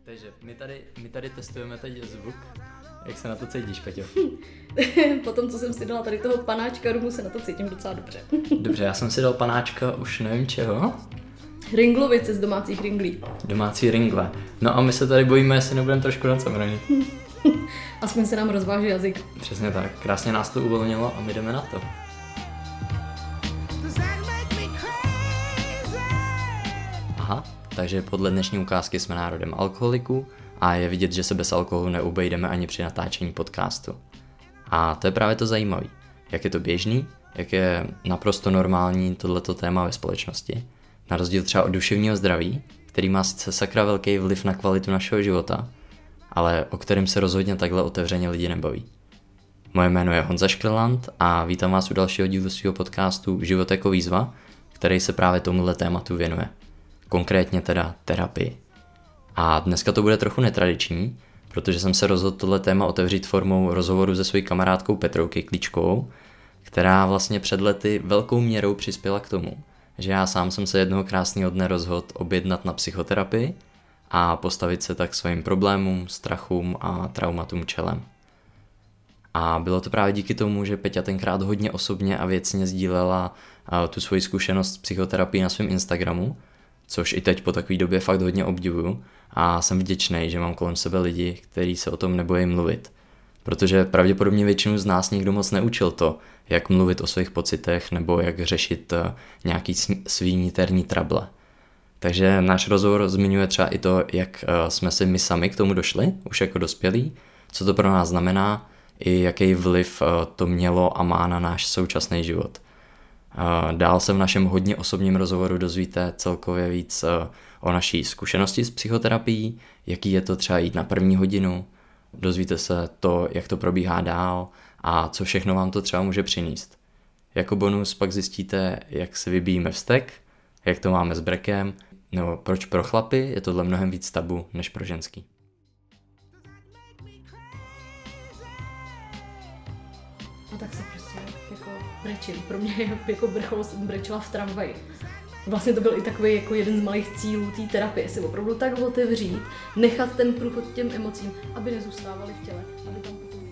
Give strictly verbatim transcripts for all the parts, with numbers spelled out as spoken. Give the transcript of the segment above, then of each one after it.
Takže my tady, my tady testujeme teď zvuk. Jak se na to cítíš, Peťo? Po tom, co jsem si dala tady toho panáčka rumu, se na to cítím docela dobře. Dobře, já jsem si dal panáčka už nevím čeho. Ringlovice z domácích ringlí. Domácí ringle. No a my se tady bojíme, jestli nebudeme trošku nacemraní. Aspoň se nám rozváží jazyk. Přesně tak, krásně nás to uvolnilo a my jdeme na to. Aha, takže podle dnešní ukázky jsme národem alkoholiků a je vidět, že se bez alkoholu neubejdeme ani při natáčení podcastu. A to je právě to zajímavé. Jak je to běžný, jak je naprosto normální tohleto téma ve společnosti. Na rozdíl třeba od duševního zdraví, který má sice sakra velký vliv na kvalitu našeho života, ale o kterém se rozhodně takhle otevřeně lidi nebaví. Moje jméno je Honza Škrland a vítám vás u dalšího dílu svého podcastu Život jako výzva, který se právě tomuhle tématu věnuje. Konkrétně teda terapii. A dneska to bude trochu netradiční, protože jsem se rozhodl tohle téma otevřít formou rozhovoru se svojí kamarádkou Petrou Kyklíčkovou, která vlastně před lety velkou měrou přispěla k tomu, že já sám jsem se jednoho krásného dne rozhodl objednat na psychoterapii a postavit se tak svým problémům, strachům a traumatům čelem. A bylo to právě díky tomu, že Peťa tenkrát hodně osobně a věcně sdílela tu svoji zkušenost s psychoterapií na svém Instagramu, což i teď po takové době fakt hodně obdivuju a jsem vděčný, že mám kolem sebe lidi, kteří se o tom nebojí mluvit. Protože pravděpodobně většinu z nás nikdo moc neučil to, jak mluvit o svých pocitech nebo jak řešit nějaký svý niterní trable. Takže náš rozhovor zmiňuje třeba i to, jak jsme si my sami k tomu došli, už jako dospělí, co to pro nás znamená, i jaký vliv to mělo a má na náš současný život. Dál se v našem hodně osobním rozhovoru dozvíte celkově víc o naší zkušenosti s psychoterapií, jaký je to třeba jít na první hodinu, dozvíte se to, jak to probíhá dál a co všechno vám to třeba může přinést. Jako bonus pak zjistíte, jak se vybíjíme vztek, jak to máme s brekem, nebo proč pro chlapy je tohle mnohem víc tabu než pro ženský. No tak se prostě jako brečím. Pro mě je jako vrchol jsem brečela v tramvaji. Vlastně to byl i takový jako jeden z malých cílů té terapie, si opravdu tak otevřít, nechat ten průchod těm emocím, aby nezůstávaly v těle, aby tam potom...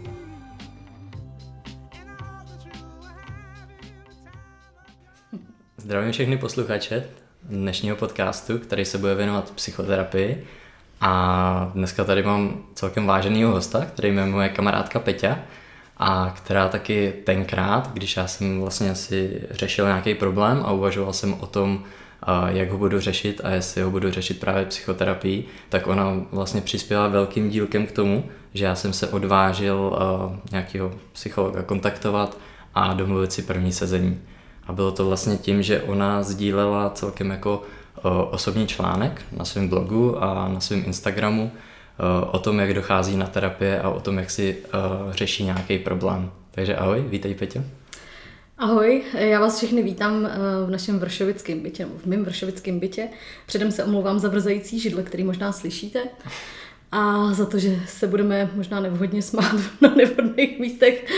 Zdravím všechny posluchače dnešního podcastu, který se bude věnovat psychoterapii. A dneska tady mám celkem váženýho hosta, který je moje kamarádka Peťa, a která taky tenkrát, když já jsem vlastně si řešil nějaký problém a uvažoval jsem o tom, jak ho budu řešit a jestli ho budu řešit právě psychoterapii, tak ona vlastně přispěla velkým dílkem k tomu, že já jsem se odvážil nějakého psychologa kontaktovat a domluvit si první sezení. A bylo to vlastně tím, že ona sdílela celkem jako osobní článek na svém blogu a na svém Instagramu o tom, jak dochází na terapie a o tom, jak si uh, řeší nějaký problém. Takže ahoj, vítej Peťo. Ahoj, já vás všechny vítám v našem vršovickém bytě, nebo v mém vršovickém bytě. Předem se omlouvám za vrzající židle, který možná slyšíte, a za to, že se budeme možná nevhodně smát na nevhodných místech.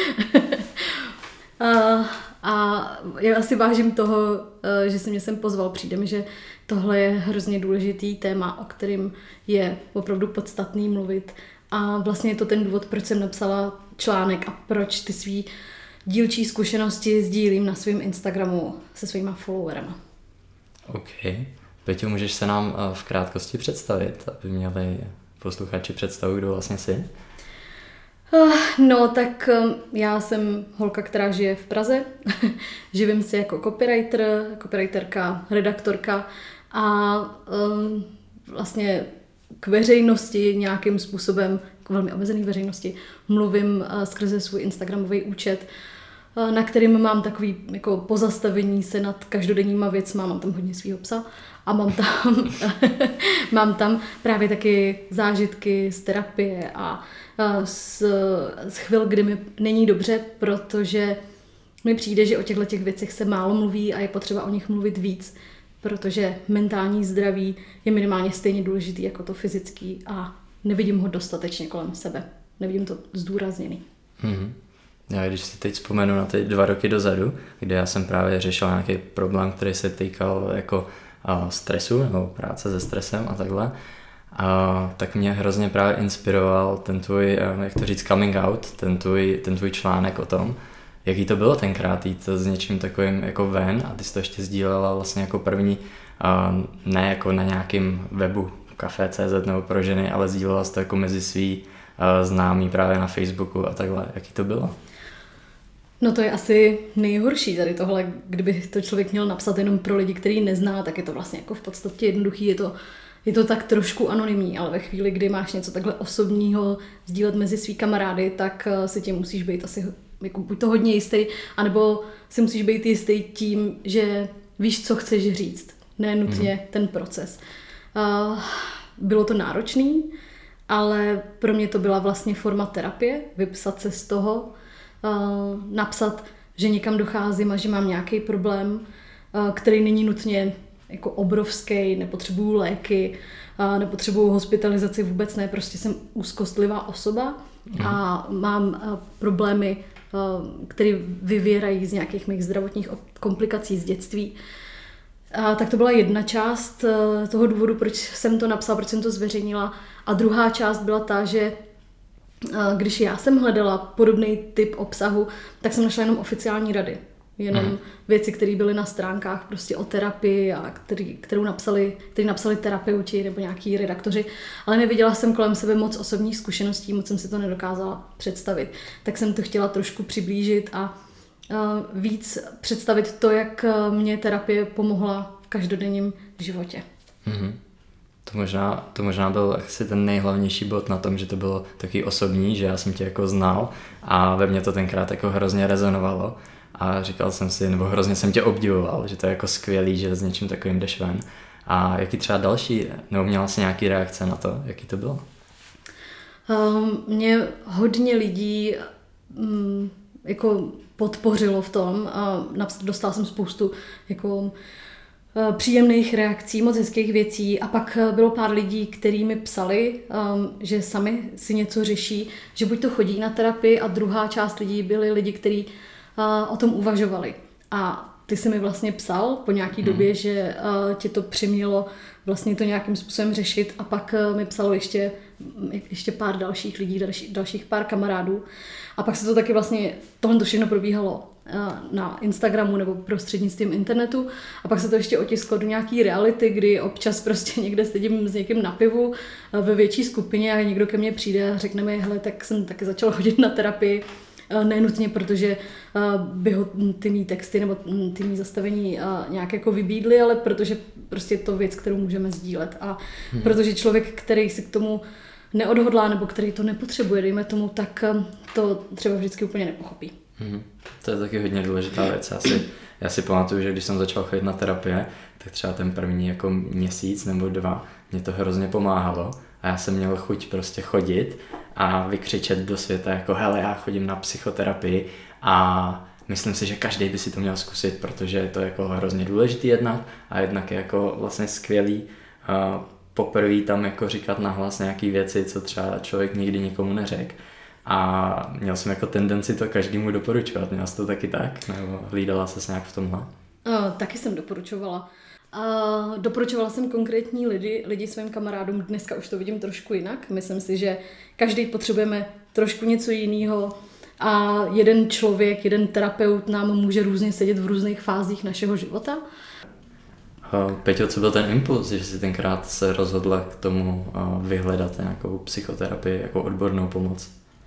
a, a já asi vážím toho, že se mě sem pozval. Přijde mi, že tohle je hrozně důležitý téma, o kterém je opravdu podstatný mluvit. A vlastně je to ten důvod, proč jsem napsala článek a proč ty svý dílčí zkušenosti sdílím na svém Instagramu se svýma followerama. OK. Peťo, můžeš se nám v krátkosti představit, aby měli posluchači představu, kdo vlastně jsi? No, tak já jsem holka, která žije v Praze. Živím si jako copywriter, copywriterka, redaktorka a um, vlastně k veřejnosti nějakým způsobem, k velmi omezené veřejnosti, mluvím uh, skrze svůj instagramový účet, uh, na kterým mám takový jako pozastavení se nad každodenníma věcma, mám tam hodně svýho psa a mám tam, mám tam právě taky zážitky z terapie a z, z chvil, kdy mi není dobře, protože mi přijde, že o těchto těch věcech se málo mluví a je potřeba o nich mluvit víc, protože mentální zdraví je minimálně stejně důležitý jako to fyzický a nevidím ho dostatečně kolem sebe. Nevidím to zdůrazněný. Mm-hmm. Já když si teď vzpomenu na ty dva roky dozadu, kde já jsem právě řešil nějaký problém, který se týkal jako uh, stresu nebo práce se stresem a takhle, A tak mě hrozně právě inspiroval ten tvůj, jak to říct, coming out, ten tvůj, ten tvůj článek o tom, jaký to bylo tenkrát jít s něčím takovým jako ven a ty jsi to ještě sdílela vlastně jako první, ne jako na nějakém webu kafe tečka cé zet nebo pro ženy, ale sdílela jsi to jako mezi svý známý právě na Facebooku a takhle. Jaký to bylo? No to je asi nejhorší tady tohle, kdyby to člověk měl napsat jenom pro lidi, který nezná, tak je to vlastně jako v podstatě jednoduchý, je to, je to tak trošku anonymní, ale ve chvíli, kdy máš něco takhle osobního sdílet mezi svý kamarády, tak si tím musíš být asi jako buď to hodně jistý, anebo si musíš být jistý tím, že víš, co chceš říct, ne nutně mm. ten proces. Uh, bylo to náročný, ale pro mě to byla vlastně forma terapie, vypsat se z toho, uh, napsat, že někam docházím a že mám nějaký problém, uh, který není nutně jako obrovský, nepotřebuju léky, uh, nepotřebuju hospitalizaci, vůbec ne, prostě jsem úzkostlivá osoba mm. a mám uh, problémy, uh, které vyvěrají z nějakých mých zdravotních komplikací z dětství. A tak to byla jedna část toho důvodu, proč jsem to napsala, proč jsem to zveřejnila. A druhá část byla ta, že když já jsem hledala podobný typ obsahu, tak jsem našla jenom oficiální rady. Jenom mm. věci, které byly na stránkách prostě o terapii a který, kterou napsali, který napsali terapeuti nebo nějaký redaktoři. Ale neviděla jsem kolem sebe moc osobních zkušeností, moc jsem si to nedokázala představit. Tak jsem to chtěla trošku přiblížit a víc představit to, jak mě terapie pomohla v každodenním životě. Mm-hmm. To možná, to možná byl asi ten nejhlavnější bod na tom, že to bylo taky osobní, že já jsem tě jako znal a ve mně to tenkrát jako hrozně rezonovalo a říkal jsem si, nebo hrozně jsem tě obdivoval, že to je jako skvělý, že s něčím takovým jdeš ven. A jaký třeba další, nebo měla jsi nějaký reakce na to, jaký to bylo? Um, mě hodně lidí um, jako podpořilo v tom a dostala jsem spoustu jako příjemných reakcí, moc hezkých věcí a pak bylo pár lidí, kteří mi psali, že sami si něco řeší, že buď to chodí na terapii a druhá část lidí byli lidi, kteří o tom uvažovali. A ty jsi mi vlastně psal po nějaký hmm. době, že tě to přimělo vlastně to nějakým způsobem řešit a pak mi psalo ještě, ještě pár dalších lidí, další, dalších pár kamarádů. A pak se to taky vlastně, tohle to všechno probíhalo na Instagramu nebo prostřednictvím internetu a pak se to ještě otisklo do nějaký reality, kdy občas prostě někde sedím s někým na pivu ve větší skupině a někdo ke mně přijde a řekne mi, hele, tak jsem taky začala chodit na terapii, nenutně, protože by ho ty mý texty nebo ty mý zastavení nějak jako vybídly, ale protože prostě je to věc, kterou můžeme sdílet a hmm. protože člověk, který si k tomu neodhodlá nebo který to nepotřebuje, dejme tomu, tak to třeba vždycky úplně nepochopí. Hmm. To je taky hodně důležitá věc. Já si, já si pamatuju, že když jsem začal chodit na terapie, tak třeba ten první jako měsíc nebo dva mě to hrozně pomáhalo a já jsem měl chuť prostě chodit a vykřičet do světa jako hele, já chodím na psychoterapii a myslím si, že každý by si to měl zkusit, protože je to jako hrozně důležitý jednak a jednak je jako vlastně skvělý uh, poprvé tam jako říkat nahlas nějaký věci, co třeba člověk nikdy nikomu neřekl. A měl jsem jako tendenci to každému doporučovat. Měla jsi to taky tak? Nebo hlídala ses nějak v tomhle? Uh, taky jsem doporučovala. Uh, doporučovala jsem konkrétní lidi, lidi svým kamarádům. Dneska už to vidím trošku jinak. Myslím si, že každý potřebujeme trošku něco jiného a jeden člověk, jeden terapeut nám může různě sedět v různých fázích našeho života. Uh, Peťo, co byl ten impuls, že jsi tenkrát se rozhodla k tomu uh, vyhledat nějakou psychoterapii jako odbornou pomoc?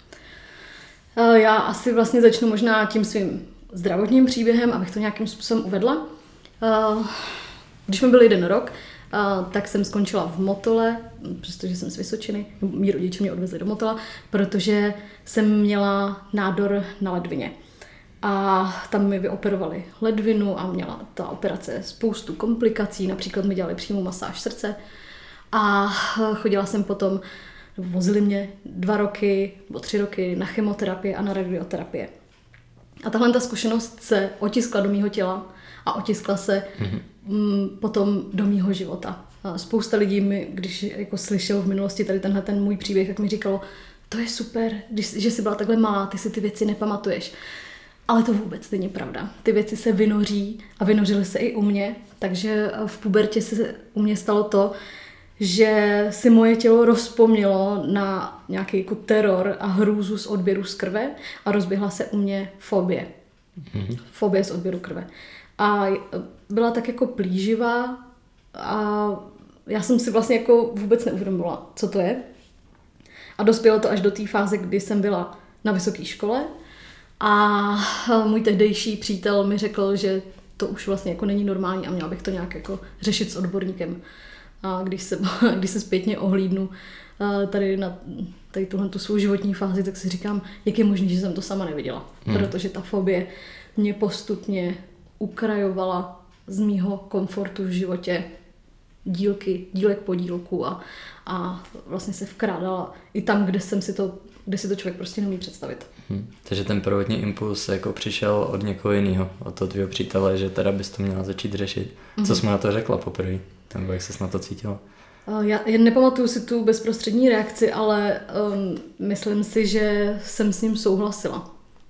Já asi vlastně začnu možná tím svým zdravotním příběhem, abych to nějakým způsobem uvedla. Když mi byl jeden rok, tak jsem skončila v Motole, přestože jsem z Vysočiny. Mí rodiče mě odvezli do Motola, protože jsem měla nádor na ledvině. A tam mi vyoperovali ledvinu a měla ta operace spoustu komplikací, například mi dělali přímou masáž srdce. A chodila jsem potom, vozili mě dva roky nebo tři roky na chemoterapii a na radioterapie. A tahle ta zkušenost se otiskla do mýho těla a otiskla se mm-hmm. potom do mýho života. A spousta lidí mi, když jako slyšel v minulosti tady tenhle ten můj příběh, tak mi říkalo, to je super, když, že jsi byla takhle malá, ty si ty věci nepamatuješ. Ale to vůbec není pravda. Ty věci se vynoří a vynořily se i u mě, takže v pubertě se u mě stalo to, že si moje tělo rozpomnělo na nějaký jako teror a hrůzu z odběru z krve a rozběhla se u mě fobie. Mm-hmm. Fobie z odběru krve. A byla tak jako plíživá a já jsem si vlastně jako vůbec neuvědomila, co to je. A dospělo to až do té fáze, kdy jsem byla na vysoké škole a můj tehdejší přítel mi řekl, že to už vlastně jako není normální a měla bych to nějak jako řešit s odborníkem. A když se, když se zpětně ohlídnu tady na tady tuhle tu svou životní fázi, tak si říkám, jak je možné, že jsem to sama neviděla. Hmm. Protože ta fobie mě postupně ukrajovala z mýho komfortu v životě dílky, dílek po dílku a, a vlastně se vkrádala i tam, kde jsem si to, kde si to člověk prostě neumí představit. Hmm. Takže ten prvotní impuls jako přišel od někoho jiného, od toho tvýho přítele, že teda bys to měla začít řešit. Co hmm. jsi mu na to řekla poprvé? Nebo jak ses na to cítila? Já, já nepamatuju si tu bezprostřední reakci, ale um, myslím si, že jsem s ním souhlasila.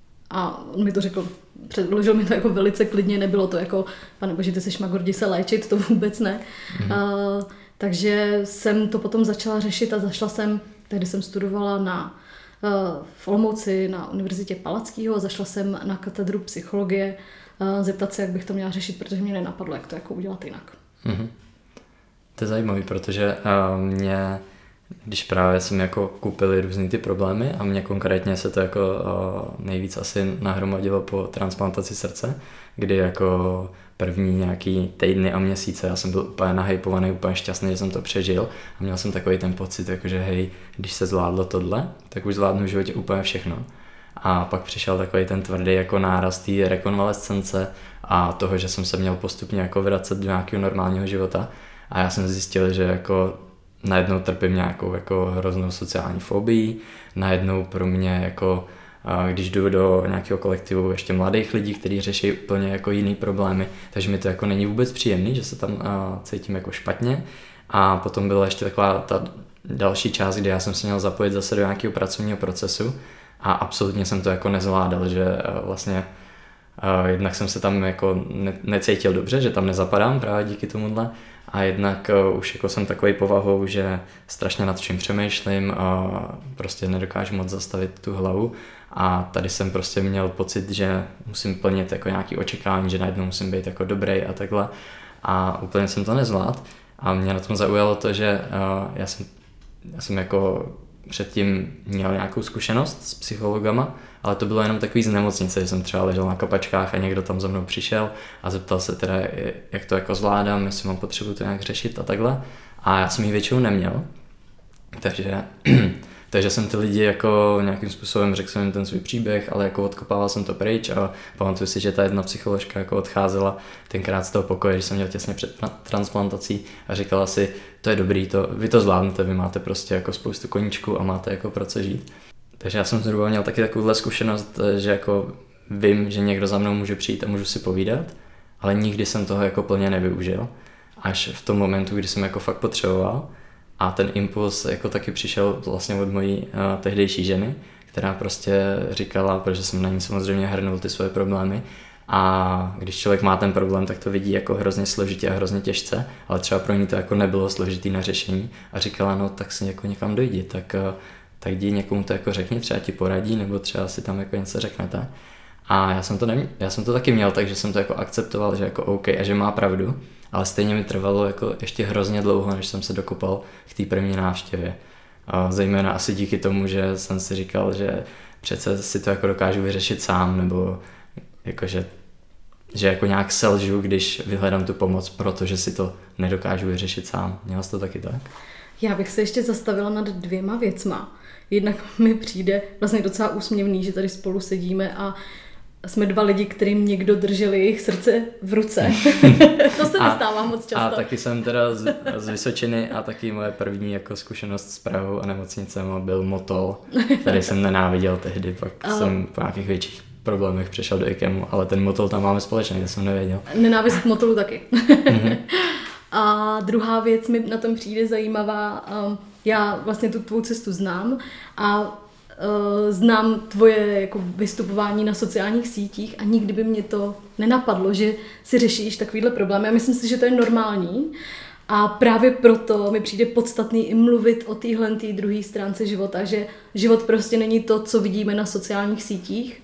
A on mi to řekl, předložil mi to jako velice klidně, nebylo to jako, pane bože, ty seš magor, jdi se léčit, to vůbec ne. Mm-hmm. Uh, takže jsem to potom začala řešit a zašla jsem, tehdy jsem studovala na, uh, v Olomouci na Univerzitě Palackého a zašla jsem na katedru psychologie uh, zeptat se, jak bych to měla řešit, protože mě nenapadlo, jak to jako udělat jinak. Mm-hmm. To je zajímavé, protože uh, mě, když právě jsem jako koupili různý ty problémy a mě konkrétně se to jako uh, nejvíc asi nahromadilo po transplantaci srdce, kdy jako první nějaký týdny a měsíce já jsem byl úplně nahypovaný, úplně šťastný, že jsem to přežil a měl jsem takový ten pocit, jako že hej, když se zvládlo tohle, tak už zvládnu v životě úplně všechno. A pak přišel takový ten tvrdý jako náraz té rekonvalescence a toho, že jsem se měl postupně jako vracet do nějakého normálního života. A já jsem zjistil, že jako najednou trpím nějakou jako hroznou sociální fobii, najednou pro mě jako, když jdu do nějakého kolektivu ještě mladých lidí, kteří řeší úplně jako jiný problémy, takže mi to jako není vůbec příjemný, že se tam cítím jako špatně. A potom byla ještě taková ta další část, kdy já jsem se měl zapojit zase do nějakého pracovního procesu a absolutně jsem to jako nezvládal, že vlastně jednak jsem se tam jako necítil dobře, že tam nezapadám právě díky tomuhle. A jednak uh, už jako jsem takový povahou, že strašně nad čím přemýšlím a prostě nedokážu moc zastavit tu hlavu. A tady jsem prostě měl pocit, že musím plnit jako nějaké očekávání, že najednou musím být jako dobrý a takhle. A úplně jsem to nezvládl. A mě na tom zaujalo to, že uh, já, jsem, já jsem jako předtím měl nějakou zkušenost s psychologama, ale to bylo jenom takový z nemocnice, že jsem třeba ležel na kapačkách a někdo tam za mnou přišel a zeptal se teda, jak to jako zvládám, jestli mám potřebu to nějak řešit a takhle. A já jsem ji většinou neměl, takže, takže jsem ty lidi jako nějakým způsobem řekl jsem jim ten svůj příběh, ale jako odkopával jsem to pryč a pamatuju si, že ta jedna psycholožka jako odcházela tenkrát z toho pokoje, když jsem měl těsně před transplantací a říkala si, to je dobrý, to, vy to zvládnete, vy máte prostě jako spoustu koníčků a máte jako pro co žít. Takže já jsem zhruba měl taky takovouhle zkušenost, že jako vím, že někdo za mnou může přijít a můžu si povídat, ale nikdy jsem toho jako plně nevyužil. Až v tom momentu, kdy jsem jako fakt potřeboval a ten impuls jako taky přišel vlastně od mojí uh, tehdejší ženy, která prostě říkala, protože jsem na ní samozřejmě hrnul ty svoje problémy a když člověk má ten problém, tak to vidí jako hrozně složitě a hrozně těžce, ale třeba pro ní to jako nebylo složitý na řešení a říkala, no tak si jako někam dojdi, tak uh, tak jdi někomu to jako řekni, třeba ti poradí, nebo třeba si tam jako něco řeknete. A já jsem to neměl, já jsem to taky měl, takže jsem to jako akceptoval, že jako OK a že má pravdu, ale stejně mi trvalo jako ještě hrozně dlouho, než jsem se dokopal k té první návštěvě. A zejména asi díky tomu, že jsem si říkal, že přece si to jako dokážu vyřešit sám, nebo jakože že jako nějak selžu, když vyhledám tu pomoc, protože si to nedokážu vyřešit sám. Měla jsi to taky tak? Já bych se ještě zastavila nad dvěma věcma. Jednak mi přijde vlastně docela úsměvný, že tady spolu sedíme a jsme dva lidi, kterým někdo držel jejich srdce v ruce. To se nestává moc často. A taky jsem teda z, z Vysočiny a taky moje první jako zkušenost s Prahou a nemocnicem byl motol, který jsem nenáviděl tehdy, pak a... jsem po nějakých větších problémech přešel do IKEMu, ale ten motol tam máme společný, to jsem nevěděl. Nenávist k motolu taky. Mm-hmm. A druhá věc mi na tom přijde zajímavá, já vlastně tu tvou cestu znám a uh, znám tvoje jako vystupování na sociálních sítích a nikdy by mě to nenapadlo, že si řešíš takovýhle problémy. Já myslím si, že to je normální A právě proto mi přijde podstatný i mluvit o téhle tý druhé stránce života, že život prostě není to, co vidíme na sociálních sítích.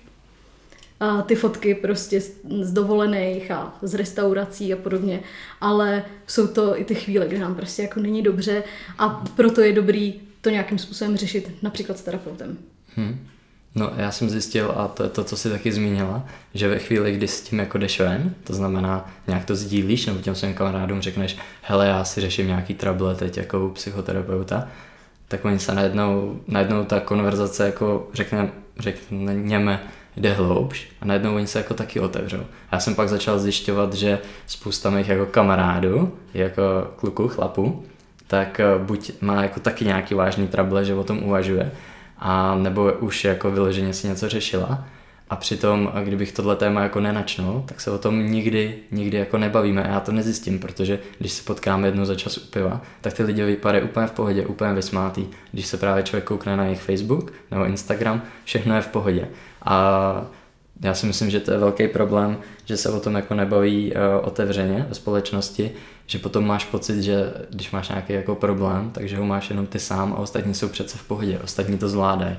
A ty fotky prostě z, z dovolených a z restaurací a podobně, ale jsou to i ty chvíle, kdy nám prostě jako není dobře a proto je dobrý to nějakým způsobem řešit, například s terapeutem. Hmm. No já jsem zjistil, a to je to, co jsi taky zmínila, že ve chvíli, kdy s tím jako jdeš ven, to znamená nějak to sdílíš, nebo těm svým kamarádům řekneš, hele, já si řeším nějaký trouble teď jako u psychoterapeuta, tak oni se najednou, najednou ta konverzace jako řekne, řekněme, jde hloubš a najednou oni se jako taky otevřou. Já jsem pak začal zjišťovat, že spousta mých jako kamarádů, jako kluků, chlapů, tak buď má jako taky nějaký vážný trouble, že o tom uvažuje, a nebo už jako vyloženě si něco řešila a přitom, kdybych tohle téma jako nenačnul, tak se o tom nikdy, nikdy jako nebavíme a já to nezjistím, protože když se potkáme jednou za čas u piva, tak ty lidi vypadají úplně v pohodě, úplně vysmátý. Když se právě člověk koukne na jejich Facebook nebo Instagram, všechno je v pohodě. A já si myslím, že to je velký problém, že se o tom jako nebaví uh, otevřeně ve společnosti, že potom máš pocit, že když máš nějaký jako problém, takže ho máš jenom ty sám a ostatní jsou přece v pohodě, ostatní to zvládají.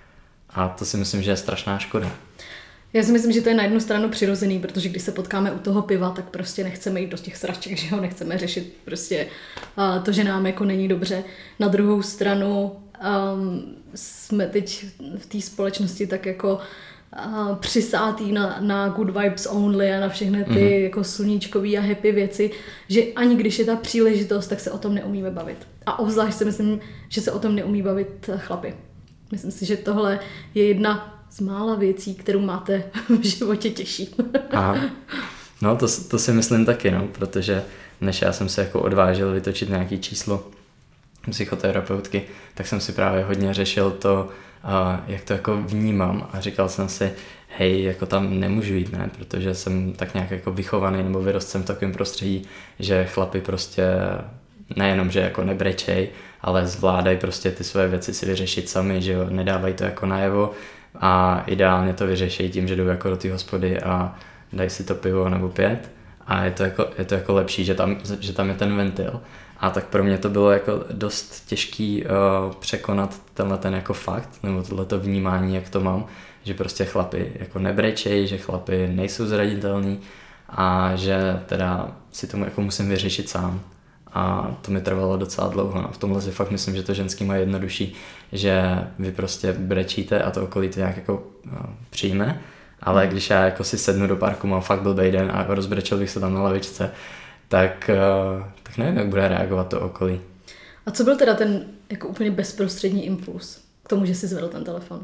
A to si myslím, že je strašná škoda. Já si myslím, že to je na jednu stranu přirozený, protože když se potkáme u toho piva, tak prostě nechceme jít do těch sraček, že ho nechceme řešit prostě uh, to, že nám jako není dobře. Na druhou stranu um, jsme teď v té společnosti tak jako uh, přisátý na, na good vibes only a na všechny ty mm-hmm. jako sluníčkový a happy věci, že ani když je ta příležitost, tak se o tom neumíme bavit. A obzvlášť si myslím, že se o tom neumí bavit chlapi. Myslím si, že tohle je jedna z mála věcí, kterou máte v životě těžší. Aha. No to, to si myslím taky, no, protože než já jsem se jako odvážil vytočit nějaký číslo psychoterapeutky, tak jsem si právě hodně řešil to, uh, jak to jako vnímám a říkal jsem si, hej, jako tam nemůžu jít, ne, protože jsem tak nějak jako vychovaný nebo vyrost jsem v takovém prostředí, že chlapi prostě nejenom, že jako nebrečej, ale zvládají prostě ty své věci si vyřešit sami, že jo, nedávají to jako najevo a ideálně to vyřeší tím, že jdou jako do té hospody a dají si to pivo nebo pět a je to jako, je to jako lepší, že tam, že tam je ten ventil. A tak pro mě to bylo jako dost těžký uh, překonat tenhle ten jako fakt, nebo tohleto vnímání, jak to mám, že prostě chlapi jako nebrečej, že chlapi nejsou zranitelný a že teda si tomu jako musím vyřešit sám. A to mi trvalo docela dlouho. No. V tomhle si fakt myslím, že to ženský má jednodušší, že vy prostě brečíte a to okolí to nějak jako no, přijme, ale když já jako si sednu do parku, mám fakt blbej den a rozbrečel bych se tam na lavičce, tak, tak nevím, jak bude reagovat to okolí. A co byl teda ten jako úplně bezprostřední impuls k tomu, že jsi zvedl ten telefon?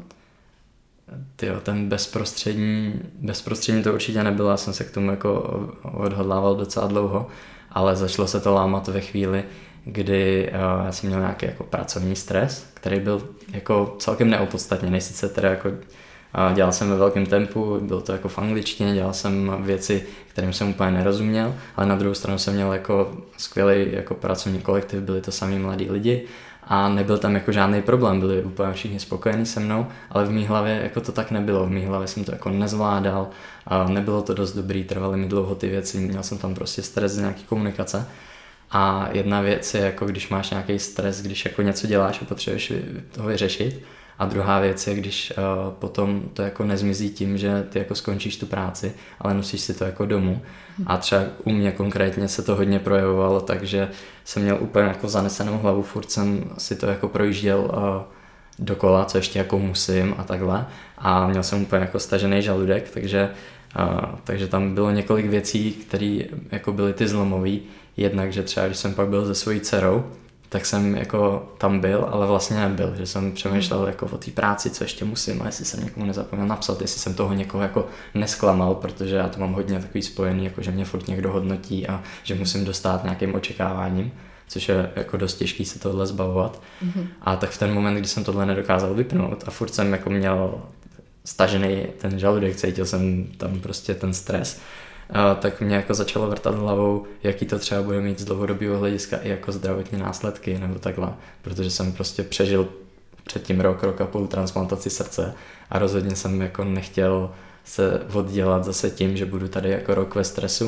Tyjo, ten bezprostřední, bezprostřední to určitě nebylo, já jsem se k tomu jako odhodlával docela dlouho, ale začalo se to lámat ve chvíli, kdy uh, já jsem měl nějaký jako pracovní stres, který byl jako celkem neopodstatněný, sice teda jako uh, dělal jsem ve velkém tempu, bylo to jako v angličtině, dělal jsem věci, kterým jsem úplně nerozuměl, ale na druhou stranu jsem měl jako skvělý jako pracovní kolektiv, byli to samý mladí lidi a nebyl tam jako žádný problém, byli úplně všichni spokojení se mnou, ale v mý hlavě jako to tak nebylo, v mý hlavě jsem to jako nezvládal, a nebylo to dost dobrý, trvaly mi dlouho ty věci, měl jsem tam prostě stres z nějaký komunikace a jedna věc je jako když máš nějaký stres, když jako něco děláš a potřebuješ toho vyřešit a druhá věc je, když uh, potom to jako nezmizí tím, že ty jako skončíš tu práci, ale nosíš si to jako domů a třeba u mě konkrétně se to hodně projevovalo, takže jsem měl úplně jako zanesenou hlavu, furt jsem si to jako projížděl uh, dokola, co ještě jako musím a takhle a měl jsem úplně jako stažený žaludek, takže, uh, takže tam bylo několik věcí, které jako byly ty zlomový, jednak, že třeba když jsem pak byl se svojí dcerou, tak jsem jako tam byl, ale vlastně nebyl, že jsem přemýšlel jako o té práci, co ještě musím a jestli jsem někomu nezapomněl napsat, jestli jsem toho někoho jako nesklamal, protože já to mám hodně takový spojený, jako že mě furt někdo hodnotí a že musím dostát nějakým očekáváním, což je jako dost těžký se tohle zbavovat. Mm-hmm. A tak v ten moment, kdy jsem tohle nedokázal vypnout a furt jsem jako měl stažený ten žaludek, cítil jsem tam prostě ten stres, Uh, tak mě jako začalo vrtat hlavou, jaký to třeba bude mít z dlouhodobého hlediska i jako zdravotní následky nebo takhle, protože jsem prostě přežil předtím rok, rok a půl transplantaci srdce a rozhodně jsem jako nechtěl se oddělat zase tím, že budu tady jako rok ve stresu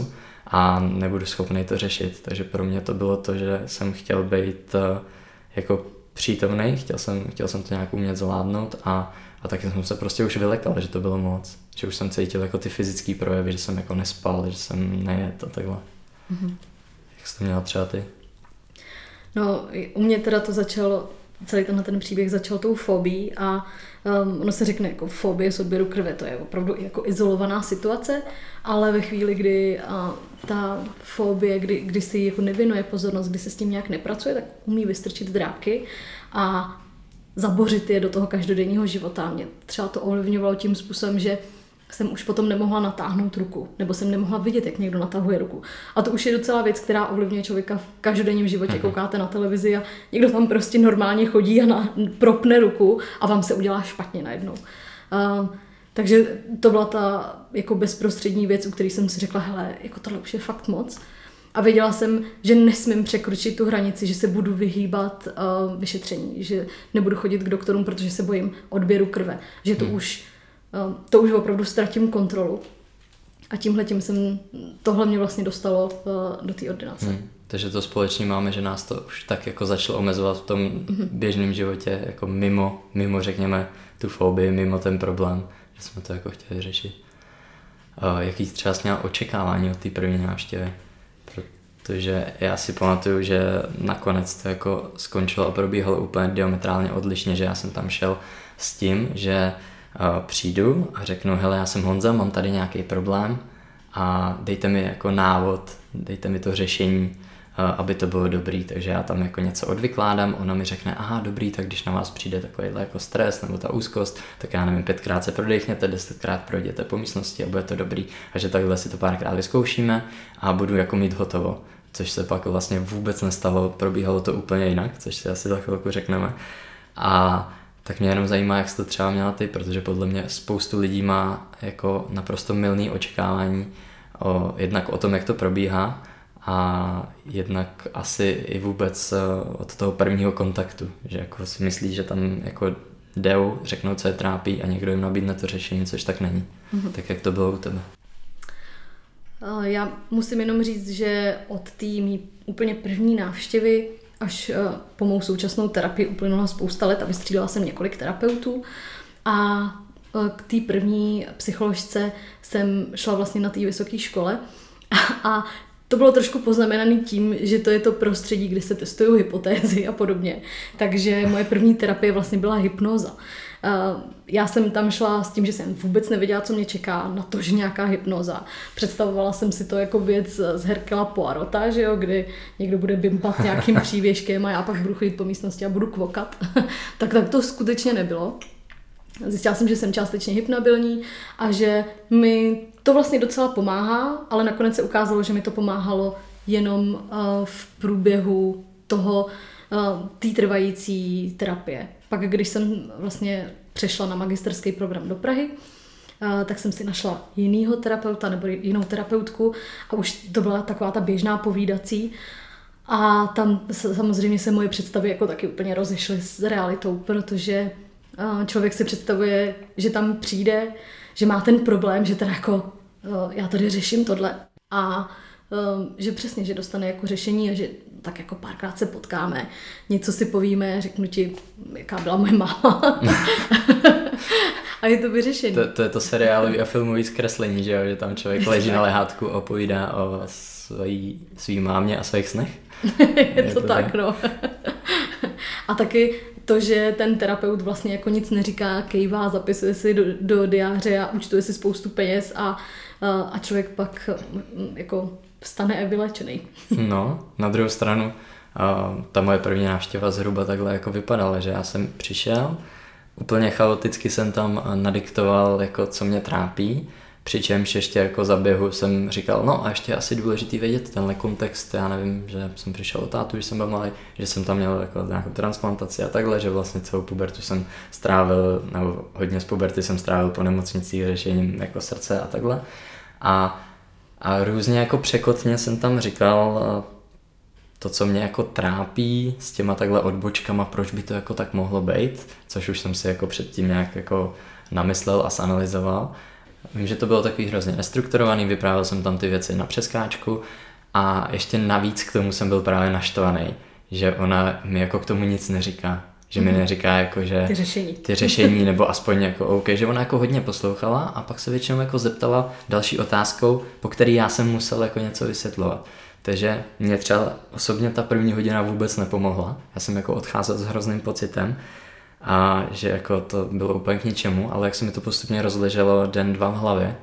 a nebudu schopný to řešit. Takže pro mě to bylo to, že jsem chtěl být jako přítomnej, chtěl jsem, chtěl jsem to nějak umět zvládnout a, a taky jsem se prostě už vylekal, že to bylo moc. Že už jsem cítil jako ty fyzické projevy, že jsem jako nespal, že jsem nejet a takhle. Mm-hmm. Jak jsi to měla třeba ty? No, u mě teda to začalo, celý tenhle ten příběh začal tou fobií a um, ono se řekne jako fobie z odběru krve, to je opravdu jako izolovaná situace, ale ve chvíli, kdy uh, ta fobie, kdy, kdy si jako nevěnuje pozornost, kdy se s tím nějak nepracuje, tak umí vystrčit drápky a zabořit je do toho každodenního života. Mě třeba to ovlivňovalo tím způsobem, že jsem už potom nemohla natáhnout ruku, nebo jsem nemohla vidět, jak někdo natahuje ruku. A to už je docela věc, která ovlivňuje člověka v každodenním životě. Koukáte na televizi a někdo tam prostě normálně chodí a na, propne ruku a vám se udělá špatně najednou. Uh, takže to byla ta jako bezprostřední věc, u které jsem si řekla, hele, jako tohle už je fakt moc. A věděla jsem, že nesmím překročit tu hranici, že se budu vyhýbat uh, vyšetření, že nebudu chodit k doktorům, protože se bojím odběru krve, že to hmm. už to už opravdu ztratím kontrolu. A tímhletím jsem, tohle mě vlastně dostalo do té ordinace. Hmm. Takže to společně máme, že nás to už tak jako začalo omezovat v tom mm-hmm. běžném životě, jako mimo, mimo řekněme tu fobii, mimo ten problém, že jsme to jako chtěli řešit. Uh, jaký třeba jsi měla očekávání od té první návštěvy? Protože já si pamatuju, že nakonec to jako skončilo a probíhalo úplně diametrálně odlišně, že já jsem tam šel s tím, že Uh, přijdu a řeknu, hele, já jsem Honza, mám tady nějaký problém a dejte mi jako návod, dejte mi to řešení, uh, aby to bylo dobrý, takže já tam jako něco odvykládám, ona mi řekne, aha, dobrý, tak když na vás přijde takovýhle jako stres nebo ta úzkost, tak já nevím, pětkrát se prodechněte, desetkrát projděte po místnosti a bude to dobrý, a že takhle si to párkrát vyzkoušíme a budu jako mít hotovo, což se pak vlastně vůbec nestalo, probíhalo to úplně jinak, což si asi za chvilku řekneme. A tak mě jenom zajímá, jak jsi to třeba měla ty, protože podle mě spoustu lidí má jako naprosto mylný očekávání o, jednak o tom, jak to probíhá a jednak asi i vůbec od toho prvního kontaktu, že jako si myslí, že tam jako jdou, řeknou, co je trápí a někdo jim nabídne to řešení, což tak není. Mm-hmm. Tak jak to bylo u tebe? Já musím jenom říct, že od té mý úplně první návštěvy až po mou současnou terapii uplynula spousta let a vystřídala jsem několik terapeutů a k té první psycholožce jsem šla vlastně na té vysoké škole a to bylo trošku poznamenané tím, že to je to prostředí, kde se testují hypotézy a podobně. Takže moje první terapie vlastně byla hypnóza. Já jsem tam šla s tím, že jsem vůbec nevěděla, co mě čeká, na to, že nějaká hypnoza. Představovala jsem si to jako věc z Hercula Poirota, že jo, kdy někdo bude bimpat nějakým přívěškem a já pak budu chodit po místnosti a budu kvokat. tak, tak to skutečně nebylo. Zjistila jsem, že jsem částečně hypnabilní a že mi to vlastně docela pomáhá, ale nakonec se ukázalo, že mi to pomáhalo jenom v průběhu toho té trvající terapie. Pak, když jsem vlastně přešla na magisterský program do Prahy, tak jsem si našla jinýho terapeuta nebo jinou terapeutku a už to byla taková ta běžná povídací. A tam samozřejmě se moje představy jako taky úplně rozešly s realitou, protože člověk si představuje, že tam přijde, že má ten problém, že teda jako já tady řeším tohle a že přesně, že dostane jako řešení a že tak jako párkrát se potkáme, něco si povíme, řeknu ti, jaká byla moje máma a je to vyřešení. To, to je to seriálový a filmový zkreslení, že jo? Že tam člověk leží na lehátku a povídá o svojí, svý mámě a svých snech. je, je to, to tak, tak, no. A taky to, že ten terapeut vlastně jako nic neříká, kejvá, zapisuje si do, do diáře a účtuje si spoustu peněz a, a člověk pak jako vstane a vylečený. No, na druhou stranu, ta moje první návštěva zhruba takhle jako vypadala, že já jsem přišel, úplně chaoticky jsem tam nadiktoval, jako co mě trápí, přičemž ještě jako za běhu jsem říkal, no a ještě je asi důležitý vědět tenhle kontext, já nevím, že jsem přišel od tátu, že jsem byl malý, že jsem tam měl jako nějakou transplantaci a takhle, že vlastně celou pubertu jsem strávil, nebo hodně z puberty jsem strávil po nemocnicích řešením jako srdce a takhle. A A různě jako překotně jsem tam říkal to, co mě jako trápí s těma takhle odbočkama, proč by to jako tak mohlo být, což už jsem si jako předtím nějak jako namyslel a zanalyzoval. vím, že to bylo takový hrozně nestrukturovaný, vyprávěl jsem tam ty věci na přeskáčku a ještě navíc k tomu jsem byl právě naštvaný, že ona mi jako k tomu nic neříká. Že mi neříká jako, že ty řešení. ty řešení, nebo aspoň jako OK, že ona jako hodně poslouchala a pak se většinou jako zeptala další otázkou, po který já jsem musel jako něco vysvětlovat. Takže mě třeba osobně ta první hodina vůbec nepomohla. Já jsem jako odcházel s hrozným pocitem a že jako to bylo úplně k ničemu, ale jak se mi to postupně rozleželo den, dva v hlavě,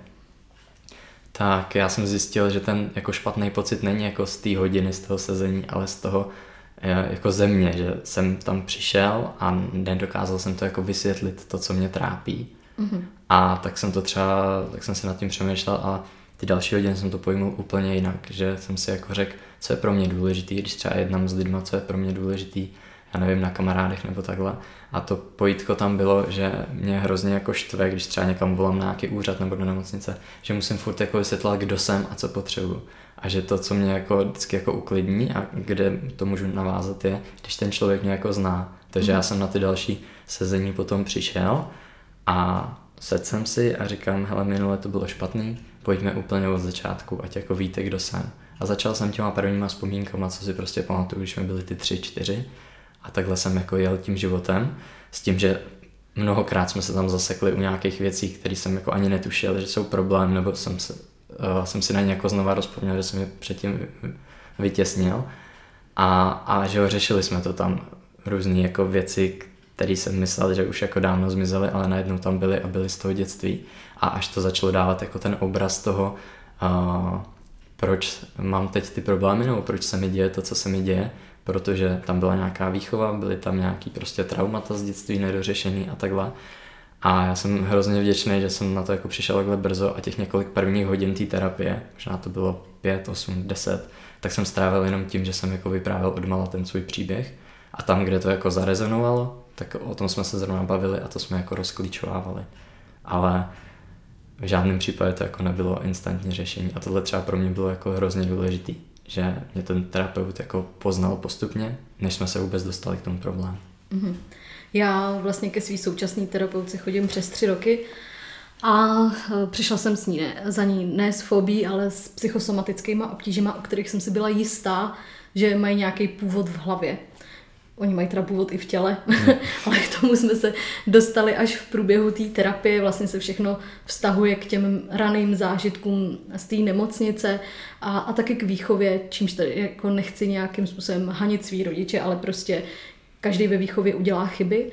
tak já jsem zjistil, že ten jako špatný pocit není jako z té hodiny, z toho sezení, ale z toho jako ze mě, že jsem tam přišel a nedokázal jsem to jako vysvětlit to, co mě trápí. Mm-hmm. A tak jsem to třeba, tak jsem se nad tím přemýšlel a ty další hodiny jsem to pojmul úplně jinak, že jsem si jako řekl, co je pro mě důležitý, když třeba jednám s lidma, co je pro mě důležitý, já nevím, na kamarádech nebo takhle. A to pojítko tam bylo, že mě hrozně jako štve, když třeba někam volám na nějaký úřad nebo do nemocnice, že musím furt jako vysvětlovat, kdo jsem a co potřebuju. A že to, co mě jako vždycky jako uklidní a kde to můžu navázat je, když ten člověk mě jako zná. Takže mm. já jsem na ty další sezení potom přišel a sedl jsem si a říkám, hele, minule to bylo špatný, pojďme úplně od začátku, ať jako víte, kdo jsem. A začal jsem těma prvníma vzpomínkama, co si prostě pamatuju, když mi byly ty tři, čtyři. A takhle jsem jako jel tím životem, s tím, že mnohokrát jsme se tam zasekli u nějakých věcí, které jsem jako ani netušil, že jsou problém, nebo jsem, se, uh, jsem si na ně jako znova rozpomněl, že jsem je předtím vytěsnil. A, a že ho řešili jsme to tam různý jako věci, které jsem myslel, že už jako dávno zmizely, ale najednou tam byly a byly z toho dětství. A až to začalo dávat jako ten obraz toho, uh, proč mám teď ty problémy, nebo proč se mi děje to, co se mi děje, protože tam byla nějaká výchova, byly tam nějaký prostě traumata z dětství nedořešený a takhle. A já jsem hrozně vděčný, že jsem na to jako přišel takhle brzo a těch několik prvních hodin té terapie, možná to bylo pět, osm, deset, tak jsem strávil jenom tím, že jsem jako vyprávěl odmala ten svůj příběh a tam, kde to jako zarezonovalo, tak o tom jsme se zrovna bavili a to jsme jako rozklíčovávali. Ale v žádném případě to jako nebylo instantní řešení a tohle třeba pro mě bylo jako hrozně důležitý, že mě ten terapeut jako poznal postupně, než jsme se vůbec dostali k tomu problému. Mm-hmm. Já vlastně ke svý současný terapeutce chodím přes tři roky a přišla jsem s ní ne, za ní ne s fobií, ale s psychosomatickýma obtížima, o kterých jsem si byla jistá, že mají nějaký původ v hlavě. Oni mají teda původ i v těle, hmm. ale k tomu jsme se dostali až v průběhu té terapie. Vlastně se všechno vztahuje k těm raným zážitkům z té nemocnice a, a taky k výchově, čímž tady jako nechci nějakým způsobem hanit svý rodiče, ale prostě každý ve výchově udělá chyby.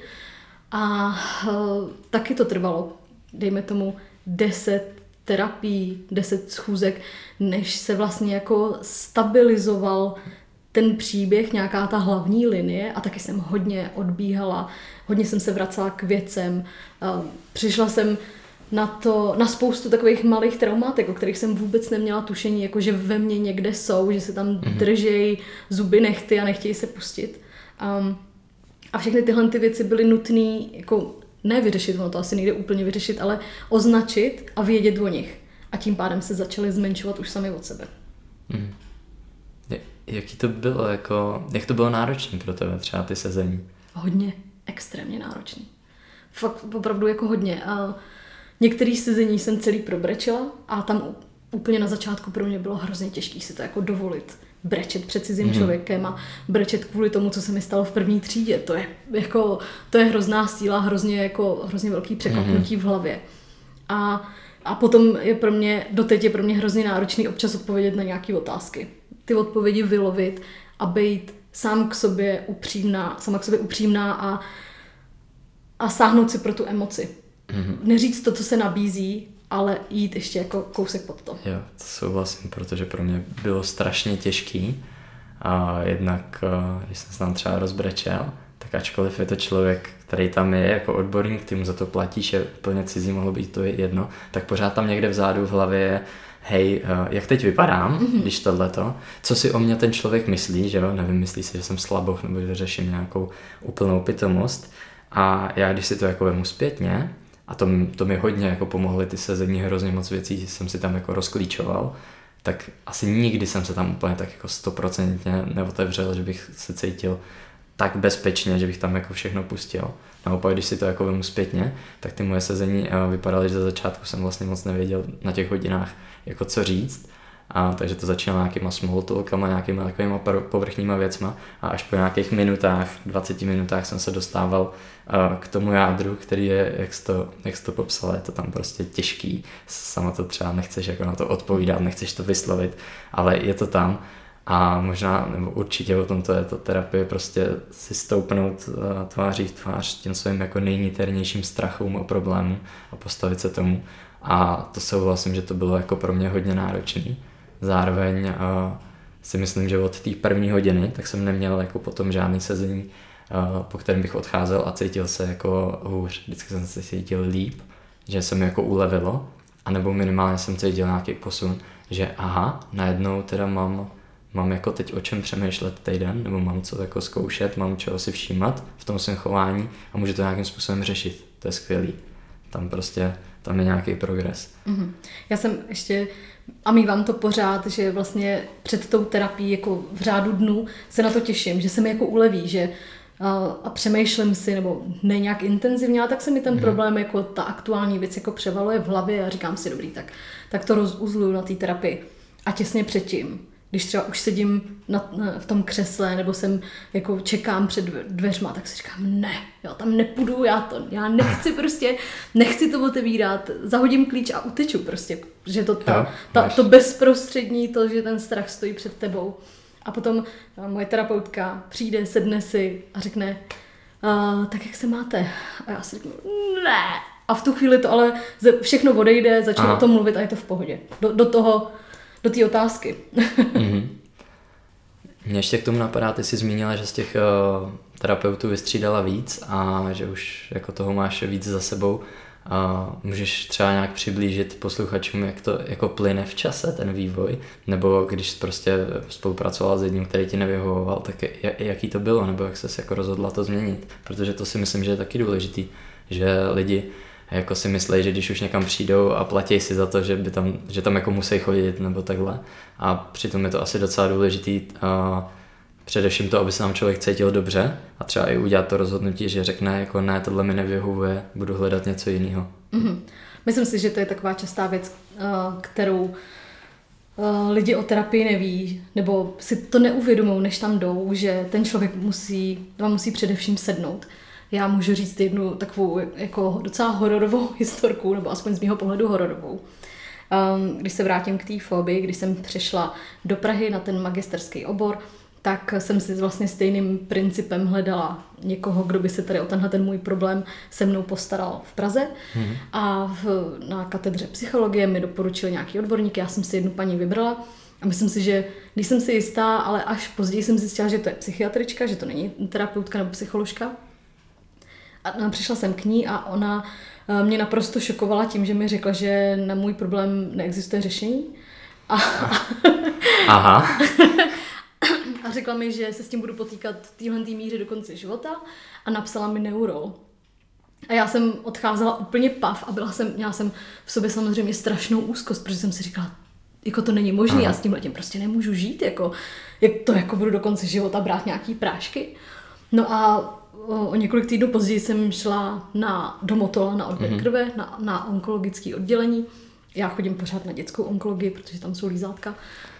A uh, taky to trvalo, dejme tomu deset terapií, deset schůzek, než se vlastně jako stabilizoval ten příběh, nějaká ta hlavní linie a taky jsem hodně odbíhala, hodně jsem se vracela k věcem. Přišla jsem na to, na spoustu takových malých traumátek, o kterých jsem vůbec neměla tušení, jako že ve mně někde jsou, že se tam mm-hmm. držejí zuby, nechty a nechtějí se pustit. Um, a všechny tyhle ty věci byly nutné jako ne vyřešit, ono to asi nejde úplně vyřešit, ale označit a vědět o nich. A tím pádem se začaly zmenšovat už sami od sebe. Mm. Jaký to bylo, jako, jak to bylo náročné pro tebe třeba ty sezení? Hodně, extrémně náročný. Fakt opravdu jako hodně. A některý sezení jsem celý probrečela a tam úplně na začátku pro mě bylo hrozně těžké si to jako dovolit. Brečet před cizím mm. člověkem a brečet kvůli tomu, co se mi stalo v první třídě. To je, jako, to je hrozná síla, hrozně, jako, hrozně velký překvapnutí mm. v hlavě. A, a potom je pro mě, doteď je pro mě hrozně náročný občas odpovědět na nějaké otázky. Ty odpovědi vylovit a být sám k sobě upřímná, sama k sobě upřímná a, a sáhnout si pro tu emoci. Mm-hmm. Neříct to, co se nabízí, ale jít ještě jako kousek pod to. Jo, to souhlasím, protože pro mě bylo strašně těžký a jednak, když jsem se tam třeba rozbrečel, tak ačkoliv je to člověk, který tam je jako odborník, ty mu za to platíš, je úplně cizí, mohlo být to jedno, tak pořád tam někde vzadu v hlavě je hej, jak teď vypadám, mm-hmm. když tohleto, co si o mě ten člověk myslí, že jo, nevím, myslí si, že jsem slaboch nebo že řeším nějakou úplnou pitomost a já když si to jako vemu zpětně a to, to mi hodně jako pomohly ty sezení, hrozně moc věcí jsem si tam jako rozklíčoval, tak asi nikdy jsem se tam úplně tak jako stoprocentně neotevřel, že bych se cítil tak bezpečně, že bych tam jako všechno pustil. Naopak, když si to jako vemu zpětně, tak ty moje sezení vypadaly, že za začátku jsem vlastně moc nevěděl na těch hodinách jako co říct. A takže to začínalo nějakýma small talkama, nějakýma takovýma povrchníma věcma a až po nějakých minutách, dvaceti minutách jsem se dostával uh, k tomu jádru, který je, jak jsi to, jak jsi to popsal, je to tam prostě těžký, sama to třeba nechceš jako na to odpovídat, nechceš to vyslovit, ale je to tam a možná, nebo určitě o tom to je to terapie, prostě si stoupnout uh, tváří v tvář těm svým jako nejniternějším strachům o problému a postavit se tomu. A to souhlasím, že to bylo jako pro mě hodně náročný. Zároveň uh, si myslím, že od té první hodiny tak jsem neměl jako potom žádný sezení, uh, po kterém bych odcházel a cítil se jako hůř. Vždycky jsem se cítil líp, že se mi jako ulevilo, anebo minimálně jsem cítil nějaký posun, že aha, najednou teda mám, mám jako teď o čem přemýšlet týden, nebo mám co jako zkoušet, mám čeho si všímat v tom svém chování a můžu to nějakým způsobem řešit. To je skvělý. Tam prostě, tam je nějaký progres. Mm-hmm. Já jsem ještě, a mívám to pořád, že vlastně před tou terapií jako v řádu dnů se na to těším, že se mi jako uleví, že a, a přemýšlím si, nebo ne nějak intenzivně, ale tak se mi ten mm-hmm. problém, jako ta aktuální věc jako převaluje v hlavě a říkám si, dobrý, tak, tak to rozuzluju na té terapii. A těsně předtím, když třeba už sedím na, na, v tom křesle nebo jsem jako čekám před dveřma, tak si říkám, ne, já tam nepůjdu, já to, já nechci prostě, nechci to otevírat, zahodím klíč a uteču prostě, že to ta, jo, ta, to bezprostřední, to, že ten strach stojí před tebou. A potom moje terapeutka přijde, sedne si a řekne, tak jak se máte? A já si řeknu, ne. A v tu chvíli to ale všechno odejde, začnu Aha. o tom mluvit a je to v pohodě. Do, do toho do té otázky. mm-hmm. Mě ještě k tomu napadá, ty jsi zmínila, že z těch uh, terapeutů vystřídala víc a že už jako toho máš víc za sebou. Uh, můžeš třeba nějak přiblížit posluchačům, jak to jako plyne v čase ten vývoj, nebo když jsi prostě spolupracoval s jedním, který ti nevyhovoval, tak jaký to bylo, nebo jak ses jako rozhodla to změnit, protože to si myslím, že je taky důležitý, že lidi jako si myslí, že když už někam přijdou a platí si za to, že, by tam, že tam jako musí chodit nebo takhle. A přitom je to asi docela důležitý uh, především to, aby se nám člověk cítil dobře a třeba i udělat to rozhodnutí, že řekne jako ne, tohle mi nevyhovuje, budu hledat něco jiného. Mm-hmm. Myslím si, že to je taková častá věc, uh, kterou uh, lidi o terapii neví, nebo si to neuvědomují, než tam jdou, že ten člověk musí, vám musí především sednout. Já můžu říct jednu takovou jako docela hororovou historku, nebo aspoň z mého pohledu hororovou. Um, když se vrátím k té fobii, když jsem přišla do Prahy na ten magisterský obor, tak jsem si vlastně stejným principem hledala někoho, kdo by se tady o tenhle ten můj problém se mnou postaral v Praze. Mm. A v, na katedře psychologie mi doporučil nějaký odborník, já jsem si jednu paní vybrala a myslím si, že když jsem si jistá, ale až později jsem zjistila, že to je psychiatrička, že to není terapeutka nebo psycholožka. A přišla jsem k ní a ona mě naprosto šokovala tím, že mi řekla, že na můj problém neexistuje řešení. A, Aha. a řekla mi, že se s tím budu potýkat v téhle míře do konce života a napsala mi neurol. A já jsem odcházela úplně pav a byla jsem, měla jsem v sobě samozřejmě strašnou úzkost, protože jsem si říkala, jako to není možné, já s tímhletím prostě nemůžu žít, jako, jak to jako budu do konce života brát nějaký prášky. No a o několik týdnů později jsem šla na, do Motola na odběr mm-hmm. krve, na, na onkologické oddělení. Já chodím pořád na dětskou onkologii, protože tam jsou lízátka.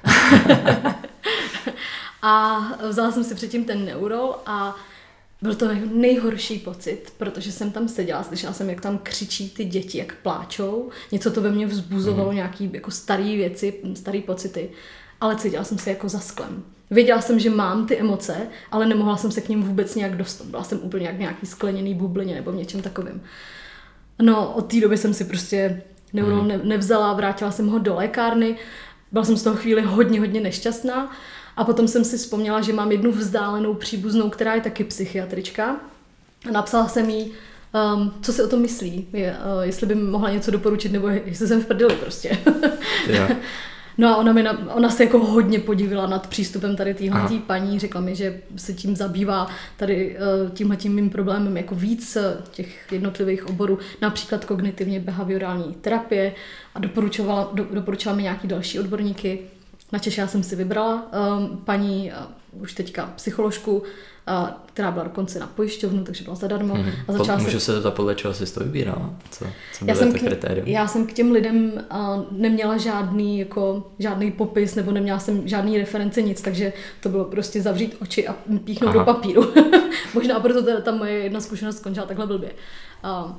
A vzala jsem si předtím ten neurol a byl to nejhorší pocit, protože jsem tam seděla, slyšela jsem, jak tam křičí ty děti, jak pláčou. Něco to ve mně vzbuzovalo, mm-hmm. nějaký jako staré věci, staré pocity, ale cítila jsem se jako za sklem. Věděla jsem, že mám ty emoce, ale nemohla jsem se k ním vůbec nějak dostat. Byla jsem úplně jak v nějaký skleněný bublině nebo v něčem takovým. No, od té doby jsem si prostě neurol ne- nevzala, vrátila jsem ho do lékárny. Byla jsem z toho chvíli hodně, hodně nešťastná. A potom jsem si vzpomněla, že mám jednu vzdálenou příbuznou, která je taky psychiatrička. A napsala jsem jí, um, co si o tom myslí, je, uh, jestli by mi mohla něco doporučit, nebo jestli jsem v prdeli prostě. Yeah. No a ona, mi na, ona se jako hodně podivila nad přístupem tady téhletý paní, řekla mi, že se tím zabývá tady uh, tímhletím mým problémem jako víc těch jednotlivých oborů, například kognitivně behaviorální terapie a doporučovala, do, doporučovala mi nějaký další odborníky. načež já jsem si vybrala um, paní, uh, už teďka psycholožku, uh, která byla dokonce na pojišťovnu, takže byla zadarmo. Mm-hmm. A začala Můžu se... se zeptat, podle čeho jsi to vybírala? Co, co já, bylo jsem to kritérium? já jsem k těm lidem uh, neměla žádný, jako, žádný popis, nebo neměla jsem žádný reference, nic, takže to bylo prostě zavřít oči a píchnout Aha. do papíru. Možná proto ta, ta moje jedna zkušenost skončila takhle blbě. Uh,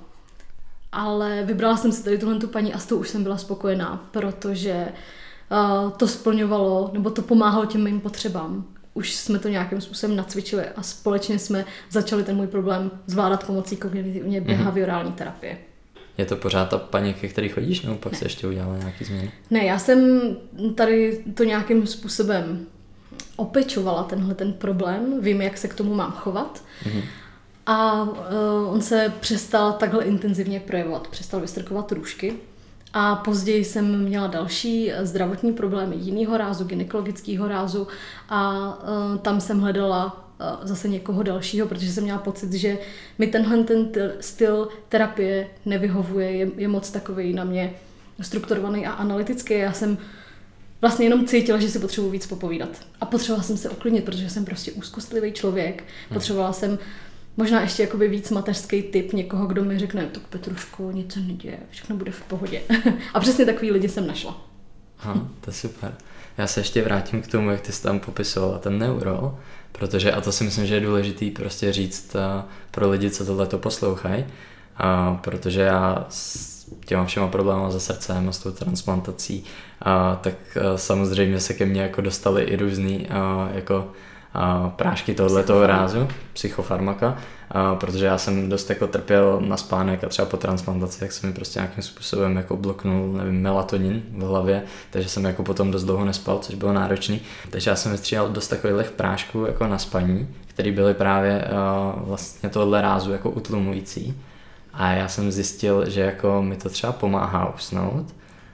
ale vybrala jsem si tady tuhle tu paní a s tou už jsem byla spokojená, protože uh, to splňovalo, nebo to pomáhalo těm mým potřebám. Už jsme to nějakým způsobem nacvičili a společně jsme začali ten můj problém zvládat pomocí kognitivně behaviorální terapie. Je to pořád ta paní, ke který chodíš, nebo pak se ještě udělala nějaký změny? Ne, já jsem tady to nějakým způsobem opečovala, tenhle ten problém, vím, jak se k tomu mám chovat. Mm-hmm. A uh, on se přestal takhle intenzivně projevovat, přestal vystrkovat růžky. A později jsem měla další zdravotní problémy jiného rázu, gynekologického rázu a uh, tam jsem hledala uh, zase někoho dalšího, protože jsem měla pocit, že mi tenhle ten t- styl terapie nevyhovuje, je, je moc takový na mě strukturovaný a analytický. Já jsem vlastně jenom cítila, že si potřebuji víc popovídat. A potřebovala jsem se uklidnit, protože jsem prostě úzkostlivý člověk. Potřebovala jsem možná ještě jakoby víc mateřský typ někoho, kdo mi řekne, tak Petruško, nic se neděje, všechno bude v pohodě. A přesně takový lidi jsem našla. Aha, to je super. Já se ještě vrátím k tomu, jak ty jsi tam popisovala ten neuro, protože, a to si myslím, že je důležitý prostě říct pro lidi, co tohleto poslouchají, a protože já s těma všema problémy se srdcem a s tou transplantací, a tak a samozřejmě se ke mně jako dostaly i různý a, jako a prášky tohoto rázu, psychofarmaka, a protože já jsem dost jako trpěl na spánek a třeba po transplantaci, jak se mi prostě nějakým způsobem jako bloknul, nevím, melatonin v hlavě, takže jsem jako potom dost dlouho nespal, což bylo náročný. Takže já jsem vystříhal dost takových prášků jako na spaní, které byly právě uh, vlastně tohle rázu jako utlumující. A já jsem zjistil, že jako mi to třeba pomáhá usnout,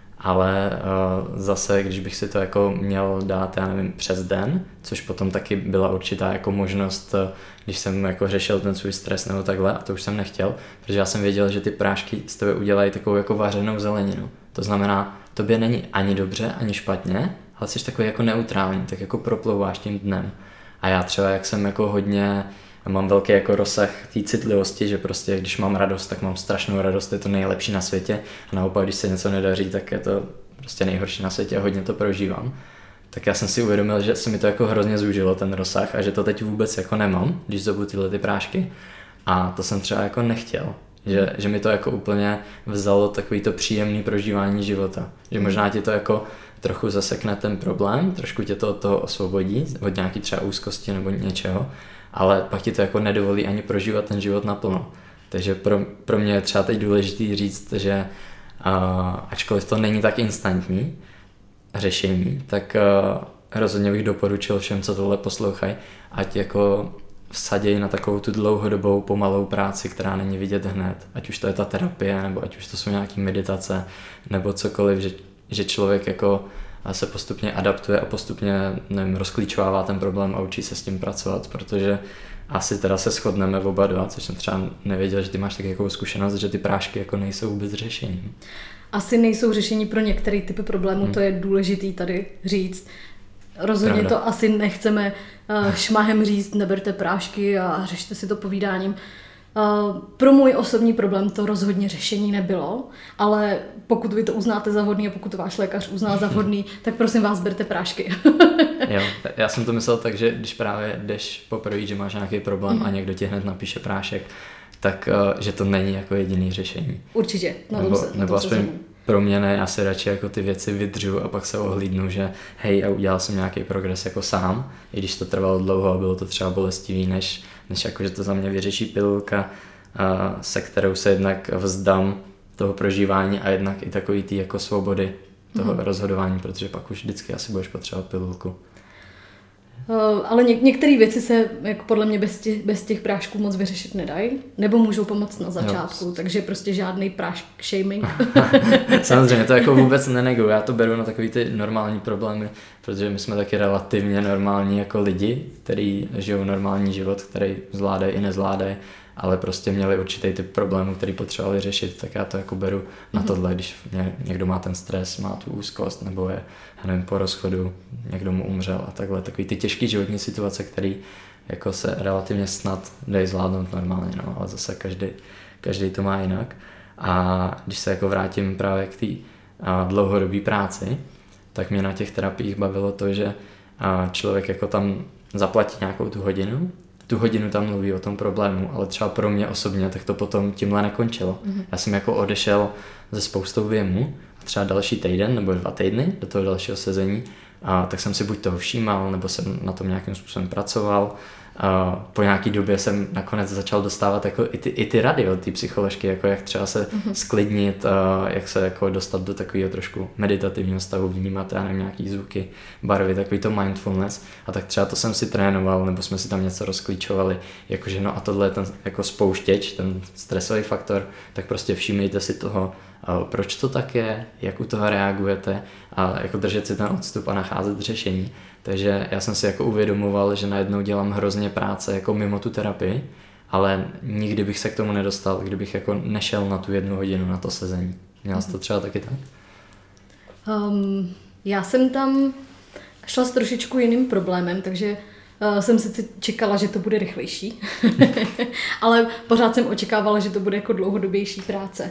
ale uh, zase, když bych si to jako měl dát, já nevím, přes den, což potom taky byla určitá jako možnost, když jsem jako řešil ten svůj stres nebo takhle, a to už jsem nechtěl, protože já jsem věděl, že ty prášky z tebe udělají takovou jako vařenou zeleninu. To znamená, tobě není ani dobře, ani špatně, ale jsi takový jako neutrální, tak jako proplouváš tím dnem. A já třeba, jak jsem jako hodně, mám velký jako rozsah té citlivosti, že prostě když mám radost, tak mám strašnou radost, je to nejlepší na světě, a naopak, když se něco nedaří, tak je to prostě nejhorší na světě a hodně to prožívám. Tak já jsem si uvědomil, že se mi to jako hrozně zúžilo, ten rozsah, a že to teď vůbec jako nemám, když zobu tyhle ty prášky. A to jsem třeba jako nechtěl, že, že mi to jako úplně vzalo takový to příjemný prožívání života. Že možná ti to jako trochu zasekne ten problém, trošku tě to od toho osvobodí, od nějaký třeba úzkosti nebo něčeho, ale pak ti to jako nedovolí ani prožívat ten život naplno. Takže pro, pro mě je třeba teď důležitý říct, že uh, ačkoliv to není tak instantní řešení, tak uh, rozhodně bych doporučil všem, co tohle poslouchají, ať jako vsadějí na takovou tu dlouhodobou pomalou práci, která není vidět hned. Ať už to je ta terapie, nebo ať už to jsou nějaké meditace, nebo cokoliv, že, že člověk jako se postupně adaptuje a postupně, nevím, rozklíčovává ten problém a učí se s tím pracovat, protože asi teda se shodneme oba dva, což jsem třeba nevěděl, že ty máš tak jako zkušenost, že ty prášky jako nejsou vůbec řešením. Asi nejsou řešení pro některé typy problémů, hmm. to je důležitý tady říct. Rozhodně Pravda. To asi nechceme uh, šmahem říct, neberte prášky a řešte si to povídáním. Uh, pro můj osobní problém to rozhodně řešení nebylo, ale pokud vy to uznáte za vhodný a pokud to váš lékař uzná za vhodný, tak prosím vás, berte prášky. Jo, já jsem to myslel tak, že když právě jdeš poprvé, že máš nějaký problém mm. a někdo ti hned napíše prášek, tak uh, že to není jako jediný řešení. Určitě. Na nebo se, nebo aspoň pro mě ne, já si radši jako ty věci vydržu a pak se ohlídnu, že hej, a udělal jsem nějaký progres jako sám, i když to trvalo dlouho a bylo to třeba bolestivý, než, než jako, že to za mě vyřeší pilulka, uh, se kterou se jednak vzdám toho prožívání a jednak i takový ty jako svobody toho mm. rozhodování, protože pak už vždycky asi budeš potřebovat pilulku. Uh, ale něk- některé věci se jako podle mě bez těch, bez těch prášků moc vyřešit nedají, nebo můžou pomoct na začátku, jo. Takže prostě žádný prášk shaming. Samozřejmě, to jako vůbec neneguju, já to beru na takový ty normální problémy, protože my jsme taky relativně normální jako lidi, kteří žijou normální život, který zvládají i nezvládají, ale prostě měli určitý typ problémů, který potřebovali řešit, tak já to jako beru na tohle, když mě, někdo má ten stres, má tu úzkost, nebo je, já nevím, po rozchodu, někdo mu umřel a takhle, takový ty těžké životní situace, které jako se relativně snad dají zvládnout normálně, no, ale zase každý, každý to má jinak. A když se jako vrátím právě k té dlouhodobé práci, tak mě na těch terapiích bavilo to, že člověk jako tam zaplatí nějakou tu hodinu, tu hodinu tam mluví o tom problému, ale třeba pro mě osobně tak to potom tímhle nekončilo. Mm-hmm. Já jsem jako odešel ze spoustou věmů a třeba další týden nebo dva týdny do toho dalšího sezení, a tak jsem si buď toho všímal, nebo jsem na tom nějakým způsobem pracoval. A po nějaký době jsem nakonec začal dostávat jako i ty, i ty rady od té psycholožky, jako jak třeba se mm-hmm. sklidnit, a jak se jako dostat do takového trošku meditativního stavu, vnímat, já nevím, nějaký zvuky, barvy, takový to mindfulness. A tak třeba to jsem si trénoval, nebo jsme si tam něco rozklíčovali, jakože no a tohle je ten jako spouštěč, ten stresový faktor, tak prostě všímejte si toho, proč to tak je, jak u toho reagujete a jako držet si ten odstup a nacházet řešení. Takže já jsem si jako uvědomoval, že najednou dělám hrozně práce jako mimo tu terapii, ale nikdy bych se k tomu nedostal, kdybych jako nešel na tu jednu hodinu na to sezení. Měla jsi to třeba taky tak? Um, já jsem tam šla s trošičku jiným problémem, takže uh, jsem sice čekala, že to bude rychlejší, ale pořád jsem očekávala, že to bude jako dlouhodobější práce.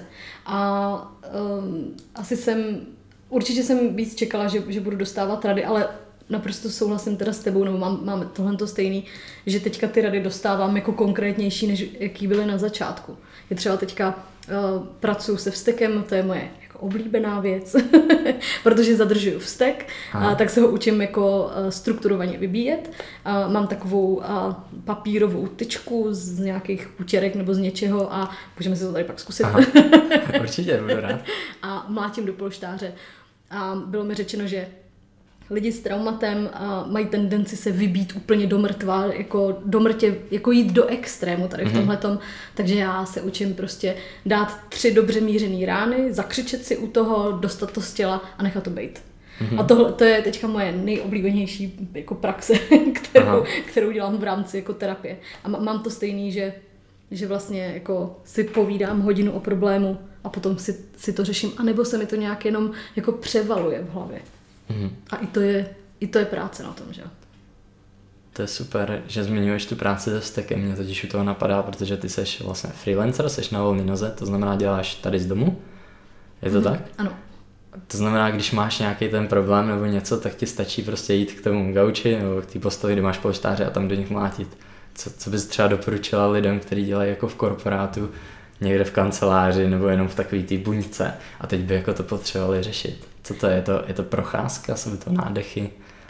A um, asi jsem, určitě jsem víc čekala, že, že budu dostávat rady, ale naprosto souhlasím teda s tebou, nebo mám, máme tohle to stejný, že teďka ty rady dostávám jako konkrétnější, než jaký byly na začátku. Je třeba teďka uh, pracuji se vztekem, to je moje jako oblíbená věc, protože zadržuju vztek, a tak se ho učím jako uh, strukturovaně vybíjet. Uh, mám takovou uh, papírovou tyčku z nějakých utěrek nebo z něčeho a můžeme si to tady pak zkusit. Určitě, budu rád. A mlátím do polštáře. A bylo mi řečeno, že lidi s traumatem a mají tendenci se vybít úplně do mrtva, jako do mrtě, jako jít do extrému tady v tomhletom. Takže já se učím prostě dát tři dobře mířený rány, zakřičet si u toho, dostat to z těla a nechat to bejt. Mm-hmm. A tohle to je teďka moje nejoblíbenější jako praxe, kterou, kterou dělám v rámci jako terapie. A mám to stejný, že, že vlastně jako si povídám hodinu o problému a potom si, si to řeším, anebo se mi to nějak jenom jako převaluje v hlavě. Mm-hmm. A i to, je, i to je práce na tom, že? To je super, že zmiňuješ tu práci se vztekem, mě totiž u toho napadá, protože ty seš vlastně freelancer, seš na volné noze, to znamená děláš tady z domu, je to mm-hmm. tak? Ano. To znamená, když máš nějaký ten problém nebo něco, tak ti stačí prostě jít k tomu gauči nebo k té posteli, kde máš polštáře a tam do nich mlátit. Co, co bys třeba doporučila lidem, kteří dělají jako v korporátu, někde v kanceláři nebo jenom v takový té buňce a teď by jako to potřebovali řešit? Co to je? Je to, je to procházka? Jsou to nádechy?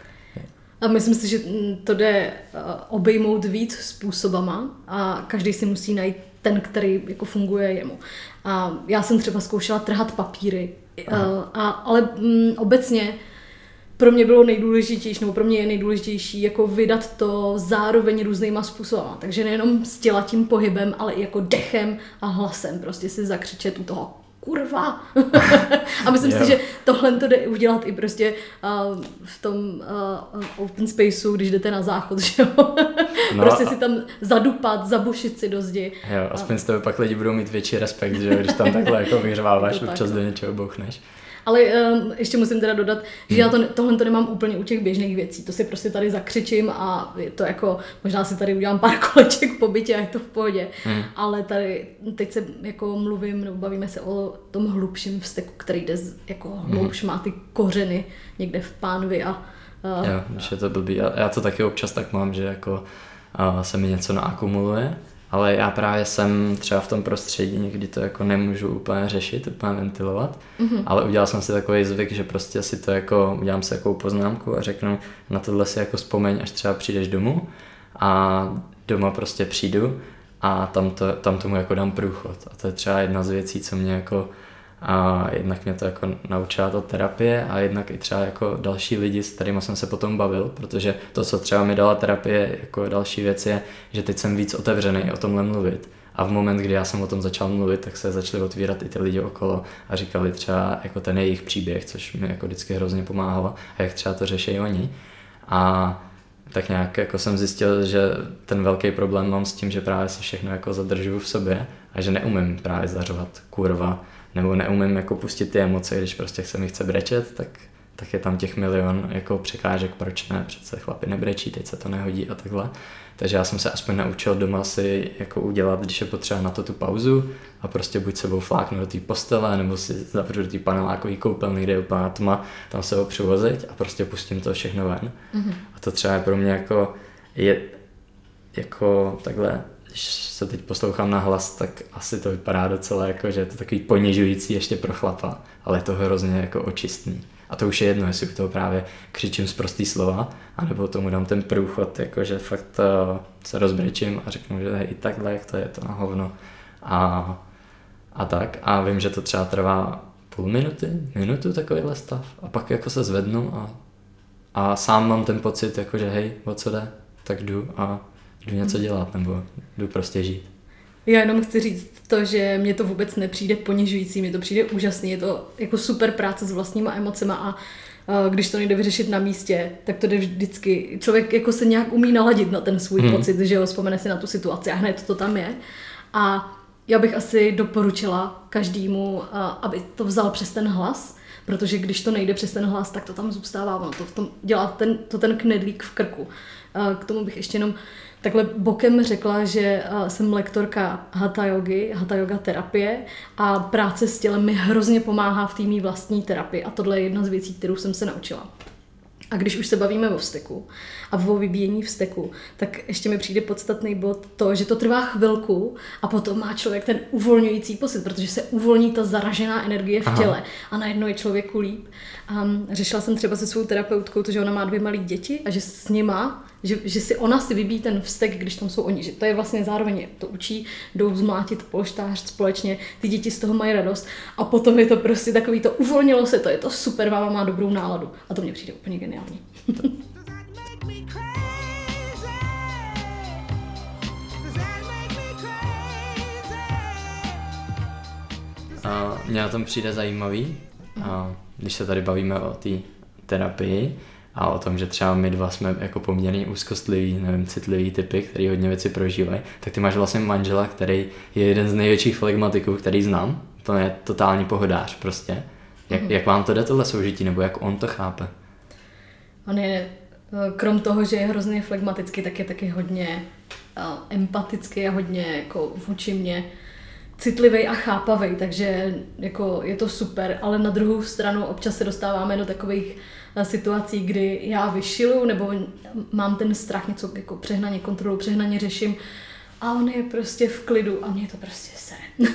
A myslím si, že to jde obejmout víc způsobama a každý si musí najít ten, který jako funguje jemu. A já jsem třeba zkoušela trhat papíry, a, ale m, obecně pro mě bylo nejdůležitější, nebo pro mě je nejdůležitější jako vydat to zároveň různýma způsobama. Takže nejenom s těla tím pohybem, ale i jako dechem a hlasem. Prostě si zakřičet u toho kurva. A myslím si, že tohle to jde udělat i prostě uh, v tom uh, open spaceu, když jdete na záchod, že jo. No prostě a... si tam zadupat, zabušit si do zdi. Jo, aspoň z toho pak lidi budou mít větší respekt, že jo, když tam takhle jako vyřváváš, občas do něčeho bouchneš. Ale um, ještě musím teda dodat, že já to, tohle to nemám úplně u těch běžných věcí. To si prostě tady zakřičím a je to jako, možná si tady udělám pár koleček po bytě a je to v pohodě. Hmm. Ale tady teď se jako mluvím, nebo bavíme se o tom hlubším vzteku, který jde z, jako hloubš, hmm. má ty kořeny někde v pánvi a... Uh, jo, když je to blbý. Já, já to taky občas tak mám, že jako uh, se mi něco naakumuluje. Ale já právě jsem třeba v tom prostředí, kdy to jako nemůžu úplně řešit, úplně ventilovat, mm-hmm. ale udělal jsem si takový zvyk, že prostě si to jako, udělám si takovou poznámku a řeknu, na tohle si jako vzpomeň, až třeba přijdeš domů a doma prostě přijdu a tam, to, tam tomu jako dám průchod. A to je třeba jedna z věcí, co mě jako, a jednak mě to jako naučila ta terapie a jednak i třeba jako další lidi, s kterými jsem se potom bavil, protože to, co třeba mi dala terapie, jako další věc je, že teď jsem víc otevřený o tomhle mluvit. A v moment, kdy já jsem o tom začal mluvit, tak se začali otvírat i ty lidi okolo a říkali třeba jako ten jejich příběh, což mi jako vždycky hrozně pomáhalo a jak třeba to řeší oni. A tak nějak jako jsem zjistil, že ten velký problém mám s tím, že právě si všechno jako zadržuju v sobě a že neumím právě zařvat kurva, nebo neumím jako pustit ty emoce, když prostě se mi chce brečet, tak, tak je tam těch milion jako překážek, proč ne, přece chlapi nebrečí, teď se to nehodí a takhle. Takže já jsem se aspoň naučil doma si jako udělat, když je potřeba na to tu pauzu a prostě buď sebou fláknu do té postele, nebo si zavřu do té panelákový koupelny, kde je úplná tma, tam se ho přivozit a prostě pustím to všechno ven. Mm-hmm. A to třeba je pro mě jako, je, jako takhle, když se teď poslouchám na hlas, tak asi to vypadá docela jako, že je to takový ponižující ještě pro chlapa, ale je to hrozně jako očistný. A to už je jedno, jestli u toho právě křičím z prostý slova, anebo tomu dám ten průchod, jakože fakt uh, se rozbrečím a řeknu, že hej, takhle, jak to je, to na hovno. A, a tak. A vím, že to třeba trvá půl minuty, minutu takovýhle stav. A pak jako se zvednu a, a sám mám ten pocit, jako, že hej, o co jde, tak jdu a jdu něco dělat, nebo jdu prostě žít. Já jenom chci říct to, že mně to vůbec nepřijde ponižující, mně to přijde úžasný, je to jako super práce s vlastníma emocema a uh, když to nejde vyřešit na místě, tak to jde vždycky, člověk jako se nějak umí naladit na ten svůj hmm. pocit, že jo, vzpomene si na tu situaci a hned to tam je. A já bych asi doporučila každému, uh, aby to vzal přes ten hlas, protože když to nejde přes ten hlas, tak to tam zůstává, ono to v tom dělá ten, to ten knedlík v krku. Uh, k tomu bych ještě jenom takhle bokem řekla, že jsem lektorka hatha yogy, hatha yoga terapie a práce s tělem mi hrozně pomáhá v té mý vlastní terapii a tohle je jedna z věcí, kterou jsem se naučila. A když už se bavíme o vzteku a o vybíjení vzteku, tak ještě mi přijde podstatný bod to, že to trvá chvilku a potom má člověk ten uvolňující pocit, protože se uvolní ta zaražená energie v těle. Aha. A najednou je člověku líp. A řešila jsem třeba se svou terapeutkou to, že ona má dvě malé děti a že s nima, že, že si ona si vybíjí ten vztek, když tam jsou oni. Že to je vlastně zároveň, to učí, jdou zmlátit polštář společně, ty děti z toho mají radost a potom je to prostě takový, to uvolnilo se to, je to super, máma má dobrou náladu. A to mně přijde úplně geniální. A mně na tom přijde zajímavý, a když se tady bavíme o té terapii a o tom, že třeba my dva jsme jako poměrně úzkostliví, nevím, citlivý typy, který hodně věci prožívají, tak ty máš vlastně manžela, který je jeden z největších flegmatiků, který znám, to je totální pohodář prostě. Jak, mm. jak vám to jde tohle soužití, nebo jak on to chápe? On je, krom toho, že je hrozně flegmatický, tak je taky hodně uh, empatický a hodně jako vůči mě citlivý a chápavý, takže jako je to super, ale na druhou stranu občas se dostáváme do takových situací, kdy já vyšilu nebo mám ten strach, něco jako přehnaně kontrolu, přehnaně řeším a on je prostě v klidu a mě to prostě sere.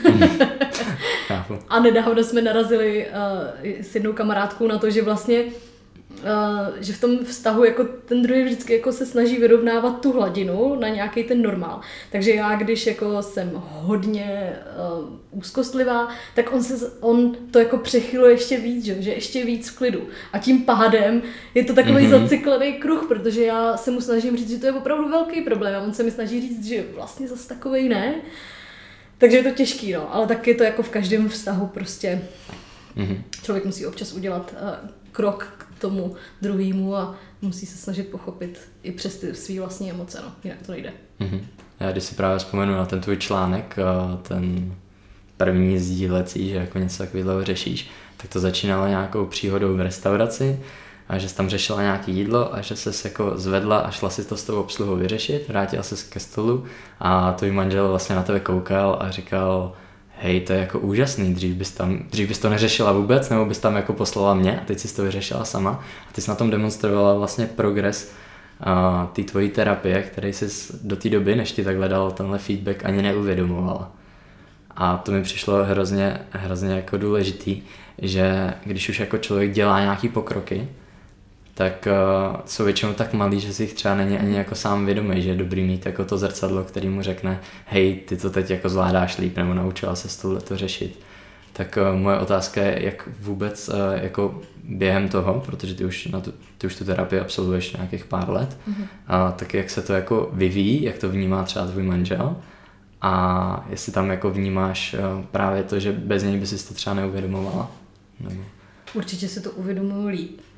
A nedávno jsme narazili uh, s jednou kamarádkou na to, že vlastně Uh, že v tom vztahu jako ten druhý vždycky jako se snaží vyrovnávat tu hladinu na nějaký ten normál. Takže já, když jako jsem hodně uh, úzkostlivá, tak on, se, on to jako přechyluje ještě víc, že? že ještě víc v klidu. A tím pádem je to takový mm-hmm. zacyklený kruh, protože já se mu snažím říct, že to je opravdu velký problém a on se mi snaží říct, že vlastně zase takovej ne. Takže je to těžký, no, ale tak je to jako v každém vztahu prostě. Mm-hmm. Člověk musí občas udělat uh, krok k tomu druhému a musí se snažit pochopit i přes ty svý vlastní emoce, no, jinak to nejde. Mm-hmm. Já když si právě vzpomenu na ten tvůj článek, ten první sdílecí, že jako něco takového řešíš, tak to začínalo nějakou příhodou v restauraci a že jsi tam řešila nějaké jídlo a že ses jako zvedla a šla si to s tou obsluhou vyřešit, vrátila ses ke stolu a tvůj manžel vlastně na tebe koukal a říkal: hej, to je jako úžasný, dřív bys, tam, dřív bys to neřešila vůbec, nebo bys tam jako poslala mě a teď jsi to vyřešila sama a ty jsi na tom demonstrovala vlastně progres uh, té tvojí terapie, který jsi do té doby, než ti takhle dal tenhle feedback, ani neuvědomovala. A to mi přišlo hrozně, hrozně jako důležitý, že když už jako člověk dělá nějaký pokroky, tak uh, jsou většinou tak malý, že si jich třeba není ani jako sám vědomý, že je dobrý mít jako to zrcadlo, který mu řekne: hej, ty to teď jako zvládáš líp, nebo naučila se s touhle to řešit. Tak uh, moje otázka je, jak vůbec uh, jako během toho, protože ty už, na tu, ty už tu terapii absolvuješ nějakých pár let, mm-hmm. uh, tak jak se to jako vyvíjí, jak to vnímá třeba tvůj manžel a jestli tam jako vnímáš uh, právě to, že bez něj by si to třeba neuvědomovala? Nebo... Určitě si to uvědomuji líp.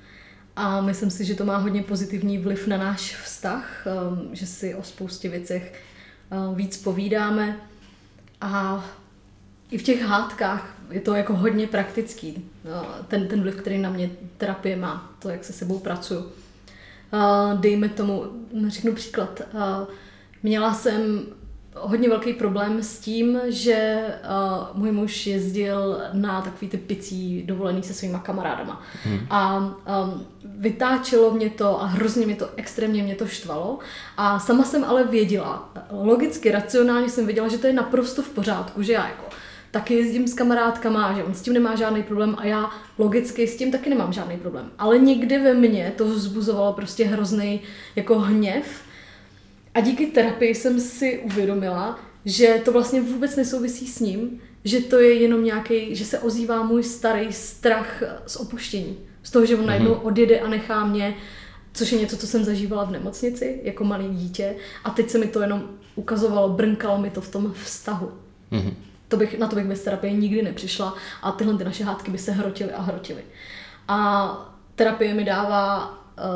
A myslím si, že to má hodně pozitivní vliv na náš vztah, že si o spoustě věcech víc povídáme a i v těch hádkách je to jako hodně praktický, ten, ten vliv, který na mě terapie má, to, jak se sebou pracuju. Dejme tomu, řeknu příklad, měla jsem hodně velký problém s tím, že uh, můj muž jezdil na takový ty picí dovolený se svýma kamarádama. Hmm. A um, vytáčelo mě to a hrozně mě to, extrémně mě to štvalo. A sama jsem ale věděla, logicky, racionálně jsem věděla, že to je naprosto v pořádku, že já jako taky jezdím s kamarádkama, že on s tím nemá žádný problém a já logicky s tím taky nemám žádný problém. Ale někde ve mně to vzbuzovalo prostě hrozný jako hněv. A díky terapii jsem si uvědomila, že to vlastně vůbec nesouvisí s ním, že to je jenom nějaký, že se ozývá můj starý strach z opuštění. Z toho, že on najednou odjede a nechá mě, což je něco, co jsem zažívala v nemocnici jako malý dítě. A teď se mi to jenom ukazovalo, brnkalo mi to v tom vztahu. Mm-hmm. To bych, na to bych bez terapie nikdy nepřišla a tyhle ty naše hádky by se hrotily a hrotily. A terapie mi dává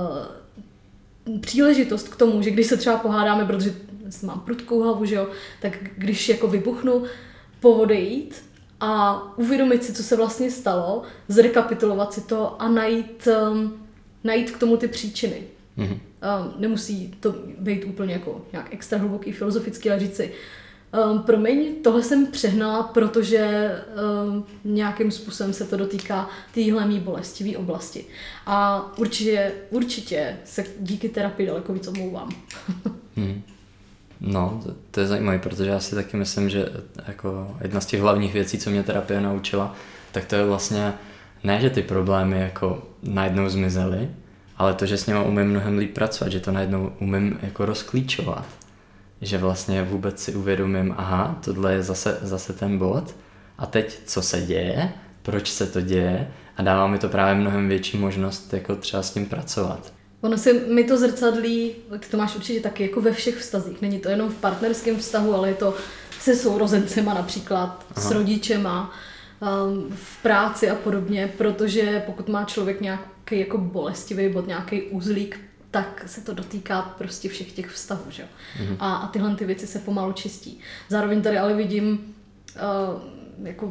uh, příležitost k tomu, že když se třeba pohádáme, protože mám prudkou hlavu, že jo, tak když jako vybuchnu, poodejít a uvědomit si, co se vlastně stalo, zrekapitulovat si to a najít, um, najít k tomu ty příčiny. Mm-hmm. Um, nemusí to být úplně jako nějak extra hluboký filozofický, ale říct si, um, promiň, tohle jsem přehnala, protože um, nějakým způsobem se to dotýká téhle mý bolestivý oblasti. A určitě, určitě se díky terapii daleko víc omlouvám. mm. No, to, to je zajímavé, protože já si taky myslím, že jako jedna z těch hlavních věcí, co mě terapie naučila, tak to je vlastně ne, že ty problémy jako najednou zmizely, ale to, že s něma umím mnohem líp pracovat, že to najednou umím jako rozklíčovat. Že vlastně vůbec si uvědomím, aha, tohle je zase, zase ten bod a teď co se děje, proč se to děje a dává mi to právě mnohem větší možnost jako třeba s tím pracovat. Ono se mi to zrcadlí, to máš určitě taky jako ve všech vztazích, není to jenom v partnerském vztahu, ale je to se sourozencema například, aha, s rodičema, v práci a podobně, protože pokud má člověk nějaký jako bolestivý bod, nějaký uzlík, tak se to dotýká prostě všech těch vztahů, že? Mhm. A, a tyhle ty věci se pomalu čistí. Zároveň tady ale vidím uh, jako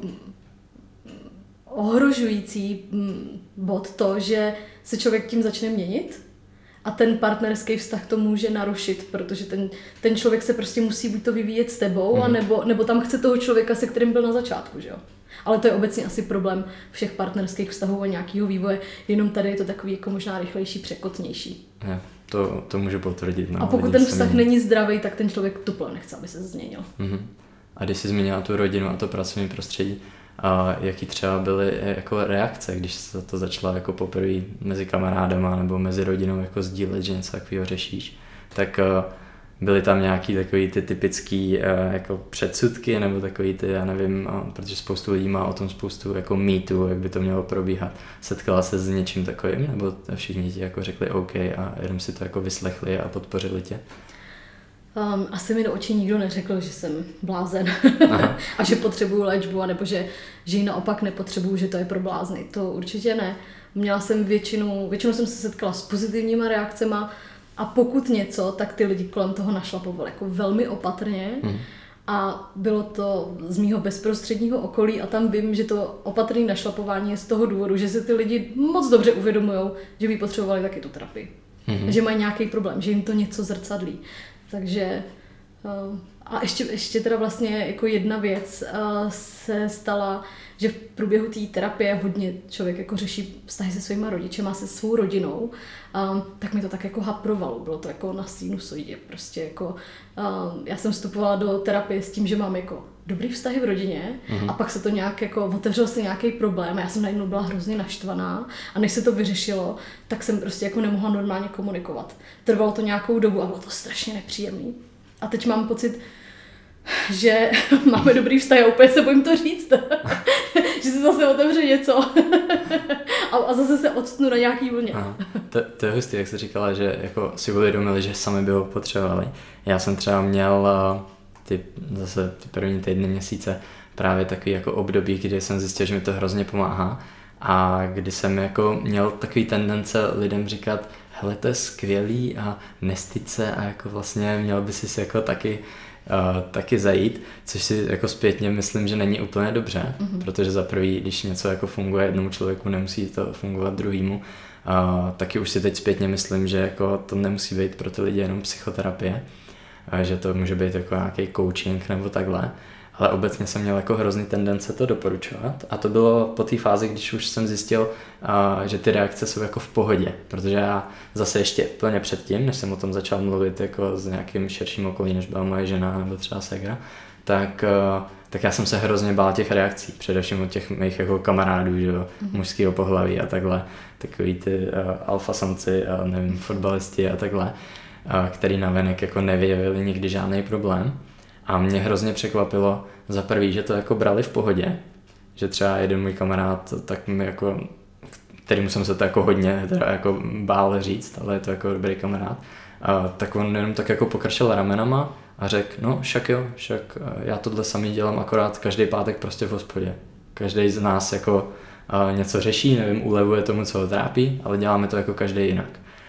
ohrožující bod to, že se člověk tím začne měnit a ten partnerský vztah to může narušit, protože ten, ten člověk se prostě musí buď to vyvíjet s tebou, mm. nebo, nebo tam chce toho člověka, se kterým byl na začátku, že jo. Ale to je obecně asi problém všech partnerských vztahů a nějakého vývoje, jenom tady je to takový jako možná rychlejší, překotnější. Je, to, to můžu potvrdit. No, a pokud ten vztah mě... není zdravý, tak ten člověk tuplo nechce, aby se změnil. Mm-hmm. A když jsi zmínila tu rodinu a to pracovní prostředí, a jaký třeba byly jako reakce, když se to začala jako poprvé mezi kamarádama nebo mezi rodinou jako sdílet, že něco takového řešíš, tak byly tam nějaký takový ty typický jako předsudky nebo takový ty, já nevím, protože spoustu lidí má o tom spoustu jako mýtů, jak by to mělo probíhat. Setkala se s něčím takovým nebo všichni ti jako řekli OK a jenom si to jako vyslechli a podpořili tě? Um, asi mi do očí nikdo neřekl, že jsem blázen a že potřebuju léčbu, anebo že, že ji naopak nepotřebuju, že to je pro blázny. To určitě ne. Měla jsem většinu, většinou jsem se setkala s pozitivníma reakcema a pokud něco, tak ty lidi kolem toho našlapovali jako velmi opatrně hmm. a bylo to z mýho bezprostředního okolí a tam vím, že to opatrné našlapování je z toho důvodu, že se ty lidi moc dobře uvědomujou, že by potřebovali taky tu terapii. Hmm. Že mají nějaký problém, že jim to něco zrcadlí. Takže a ještě, ještě teda vlastně jako jedna věc se stala, že v průběhu té terapie hodně člověk jako řeší vztahy se svýma rodičema, se svou rodinou, tak mi to tak jako haprovalo, bylo to jako na sinusoidě, prostě jako já jsem vstupovala do terapie s tím, že mám jako dobrý vztahy v rodině mm-hmm. a pak se to nějak jako otevřel se nějaký problém a já jsem najednou byla hrozně naštvaná a než se to vyřešilo, tak jsem prostě jako nemohla normálně komunikovat. Trvalo to nějakou dobu a bylo to strašně nepříjemný. A teď mám pocit, že máme dobrý vztah a úplně se bojím to říct, že se zase otevře něco a, a zase se odstnu na nějaký vlně. To, to je hustý, jak jsi říkala, že jako si uvědomili, že sami by ho potřebovali. Já jsem třeba měl ty, zase ty první týdny, měsíce právě takový jako období, kdy jsem zjistil, že mi to hrozně pomáhá a kdy jsem jako měl takový tendence lidem říkat, hele, to je skvělý a nestyď se a jako vlastně měl by si jako taky, uh, taky zajít, což si jako zpětně myslím, že není úplně dobře, mm-hmm. protože za prvý, když něco jako funguje jednomu člověku, nemusí to fungovat druhýmu. Uh, taky už si teď zpětně myslím, že jako to nemusí být pro ty lidi jenom psychoterapie, uh, že to může být jako nějaký coaching nebo takhle, ale obecně jsem měl jako hrozný tendence to doporučovat a to bylo po té fázi, když už jsem zjistil, uh, že ty reakce jsou jako v pohodě, protože já zase ještě plně předtím, než jsem o tom začal mluvit jako s nějakým širším okolí, než byla moje žena nebo třeba ségra, tak, uh, tak já jsem se hrozně bál těch reakcí, především od těch mých jako kamarádů, že jo, mm-hmm. mužského pohlaví a takhle, takový ty uh, alfa samci a nevím, fotbalisti a takhle, uh, který navenek jako nevyjevili nikdy žádný problém. A mě hrozně překvapilo za prvý, že to jako brali v pohodě, že třeba jeden můj kamarád, tak mi jako, kterýmu jsem se to jako hodně teda jako bál říct, ale je to jako dobrý kamarád, a tak on jenom tak jako pokrčil ramenama a řekl, no však jo, však já tohle samý dělám akorát každý pátek prostě v hospodě. Každý z nás jako něco řeší, nevím, ulevuje tomu, co ho trápí, ale děláme to jako každý jinak.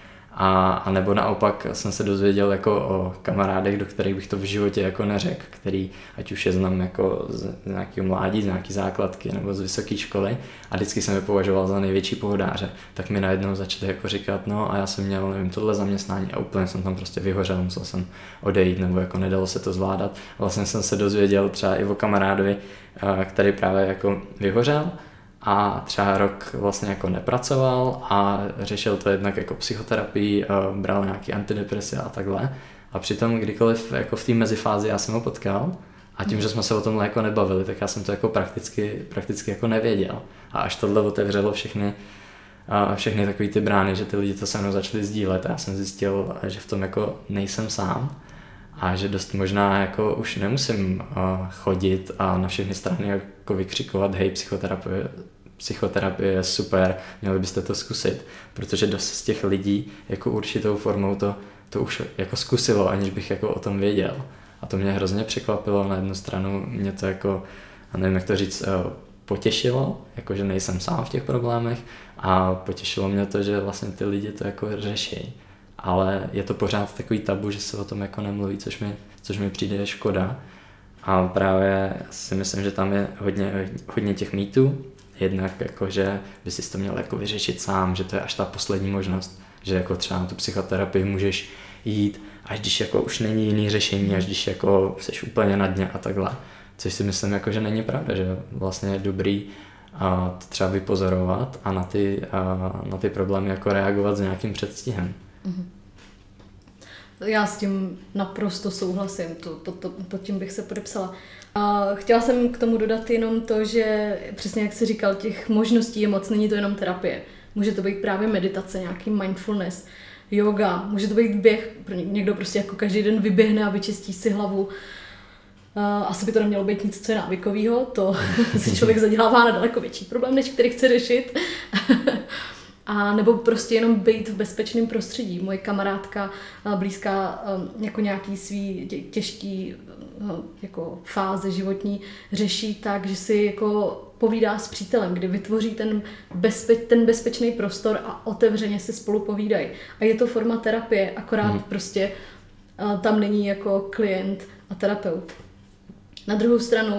A, a nebo naopak jsem se dozvěděl jako o kamarádech, do kterých bych to v životě jako neřekl, který ať už je znám jako z nějakého mládí, z nějaký základky nebo z vysoké školy a vždycky jsem je považoval za největší pohodáře, tak mi najednou začali jako říkat, no a já jsem měl, nevím, tohle zaměstnání a úplně jsem tam prostě vyhořel, musel jsem odejít nebo jako nedalo se to zvládat. Vlastně jsem se dozvěděl třeba i o kamarádovi, který právě jako vyhořel a třeba rok vlastně jako nepracoval a řešil to jednak jako psychoterapii, bral nějaký antidepresa a takhle. A přitom kdykoliv jako v té mezifázi já jsem ho potkal a tím, že jsme se o tomhle jako nebavili, tak já jsem to jako prakticky, prakticky jako nevěděl. A až tohle otevřelo všechny, všechny takový ty brány, že ty lidi to se mnou začali sdílet a já jsem zjistil, že v tom jako nejsem sám a že dost možná jako už nemusím chodit a na všechny strany jako vykřikovat, hej, psychoterapie, psychoterapie je super, měli byste to zkusit, protože dost z těch lidí jako určitou formou to, to už jako zkusilo, aniž bych jako o tom věděl. A to mě hrozně překvapilo, na jednu stranu mě to jako, nevím jak to říct, potěšilo, jako že nejsem sám v těch problémech a potěšilo mě to, že vlastně ty lidi to jako řeší. Ale je to pořád takový tabu, že se o tom jako nemluví, což mi, což mi přijde škoda. A právě si myslím, že tam je hodně, hodně těch mýtů. Jednak jako, že by si to měl jako vyřešit sám, že to je až ta poslední možnost, že jako třeba na tu psychoterapii můžeš jít, až když jako už není jiný řešení, až když jako seš úplně na dně a takhle. Což si myslím, jako, že není pravda, že vlastně je dobrý a to třeba vypozorovat a na ty, a na ty problémy jako reagovat s nějakým předstihem. Mm-hmm. Já s tím naprosto souhlasím, to, to, to, pod tím bych se podepsala. A chtěla jsem k tomu dodat jenom to, že přesně jak jsi říkal, těch možností je moc, není to jenom terapie. Může to být právě meditace, nějaký mindfulness, yoga, může to být běh, někdo prostě jako každý den vyběhne a vyčistí si hlavu. Asi by to nemělo být nic, co je návykovýho, to si člověk zadělává na daleko větší problém, než který chce řešit. A nebo prostě jenom být v bezpečném prostředí. Moje kamarádka blízká jako nějaký svý těžký jako fáze životní řeší tak, že si jako povídá s přítelem, kdy vytvoří ten, bezpe- ten bezpečný prostor a otevřeně si spolu povídají. A je to forma terapie, akorát hmm. prostě tam není jako klient a terapeut. Na druhou stranu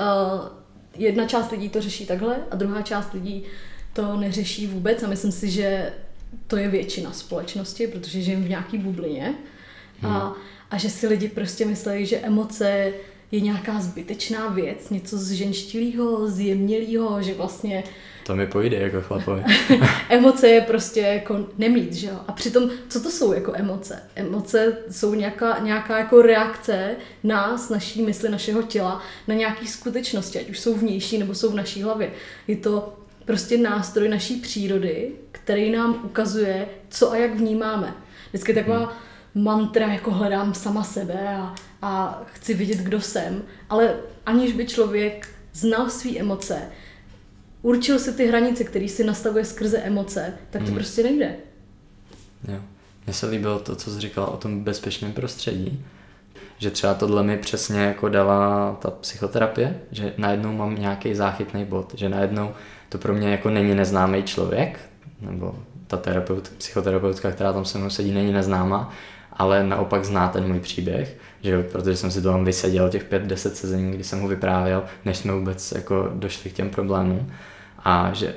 jedna část lidí to řeší takhle a druhá část lidí to neřeší vůbec a myslím si, že to je většina společnosti, protože žijeme v nějaký bublině hmm. a, a že si lidi prostě myslí, že emoce je nějaká zbytečná věc, něco zženštilýho, zjemnělýho, že vlastně... To mi pojde jako chlapovi. Emoce je prostě jako nemít, že jo? A přitom, co to jsou jako emoce? Emoce jsou nějaká, nějaká jako reakce nás, naší mysli, našeho těla na nějaké skutečnosti, ať už jsou vnější nebo jsou v naší hlavě. Je to prostě nástroj naší přírody, který nám ukazuje, co a jak vnímáme. Vždycky taková hmm. mantra, jako hledám sama sebe a, a chci vidět, kdo jsem, ale aniž by člověk znal svý emoce, určil si ty hranice, které si nastavuje skrze emoce, tak to hmm. prostě nejde. Jo. Mně se líbilo to, co jsi říkala o tom bezpečném prostředí, že třeba tohle mi přesně jako dala ta psychoterapie, že najednou mám nějaký záchytný bod, že najednou to pro mě jako není neznámý člověk, nebo ta terapeut, psychoterapeutka, která tam se mnou sedí, není neznámá, ale naopak zná ten můj příběh, že jo, protože jsem si to tam vyseděl těch pět deset sezení, kdy jsem ho vyprávěl, než jsme vůbec jako došli k těm problémům. A, že,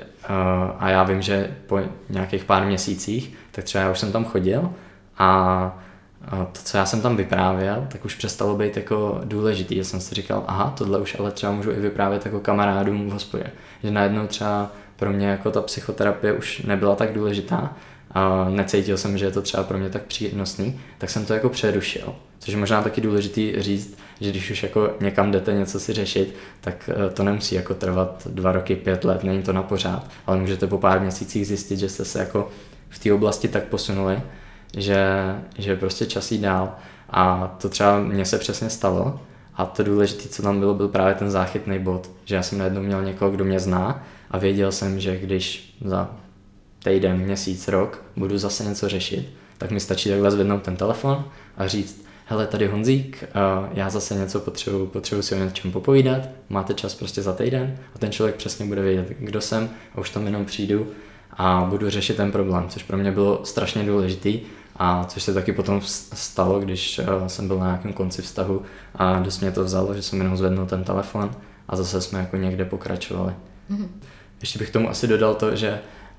a já vím, že po nějakých pár měsících, tak třeba já už jsem tam chodil a to, co já jsem tam vyprávěl, tak už přestalo být jako důležitý. Já jsem si říkal, aha, tohle už ale třeba můžu i vyprávět jako kamarádům v hospodě. Že najednou třeba pro mě jako ta psychoterapie už nebyla tak důležitá a necítil jsem, že je to třeba pro mě tak přínosný, tak jsem to jako přerušil. Což je možná taky důležitý říct, že když už jako někam jdete něco si řešit, tak to nemusí jako trvat dva roky, pět let, není to na pořád, ale můžete po pár měsících zjistit, že jste se jako v té oblasti tak posunuli, že, že prostě čas jít dál. A to třeba mně se přesně stalo a to důležité, co tam bylo, byl právě ten záchytný bod, že já jsem najednou měl někoho, kdo mě zná a věděl jsem, že když za týden, měsíc, rok budu zase něco řešit, tak mi stačí takhle zvednout ten telefon a říct, hele, tady Honzík, já zase něco potřebuji, potřebuji si o něčem popovídat, máte čas prostě za týden a ten člověk přesně bude vědět, kdo jsem a už tam jenom přijdu a budu řešit ten problém, což pro mě bylo strašně důležitý a což se taky potom stalo, když jsem byl na nějakém konci vztahu a dost mě to vzalo, že jsem jenom zvednul ten telefon a zase jsme jako někde pokračovali. Mm-hmm. Ještě bych tomu asi dodal to, že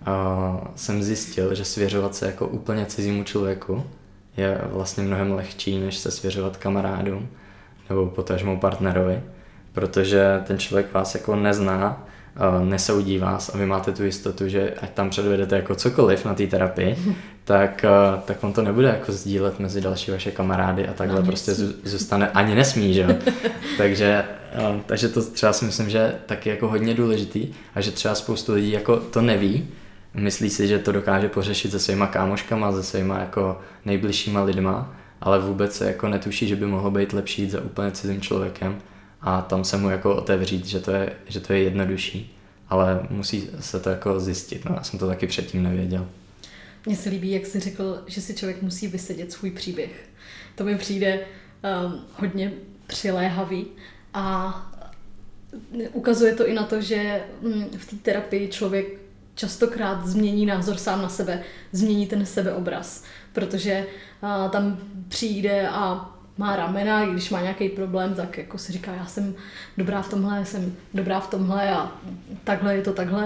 uh, jsem zjistil, že svěřovat se jako úplně cizímu člověku je vlastně mnohem lehčí, než se svěřovat kamarádům nebo potažmo partnerovi, protože ten člověk vás jako nezná, nesoudí vás a vy máte tu jistotu, že ať tam předvedete jako cokoliv na té terapii, tak, tak on to nebude jako sdílet mezi další vaše kamarády a takhle no, prostě zůstane, ani nesmí, že jo. takže, takže to třeba si myslím, že taky jako hodně důležitý a že třeba spoustu lidí jako to neví, myslí si, že to dokáže pořešit se svýma kámoškama, se svýma jako nejbližšíma lidma, ale vůbec se jako netuší, že by mohlo být lepší jít za úplně cizím člověkem a tam se mu jako otevřít, že to je, že to je jednodušší, ale musí se to jako zjistit, no já jsem to taky předtím nevěděl. Mně se líbí, jak jsi řekl, že si člověk musí vysedět svůj příběh. To mi přijde um, hodně přiléhavý a ukazuje to i na to, že um, v té terapii člověk častokrát změní názor sám na sebe, změní ten sebeobraz, protože uh, tam přijde a má ramena, když má nějaký problém, tak jako si říká, já jsem dobrá v tomhle, jsem dobrá v tomhle a takhle je to takhle.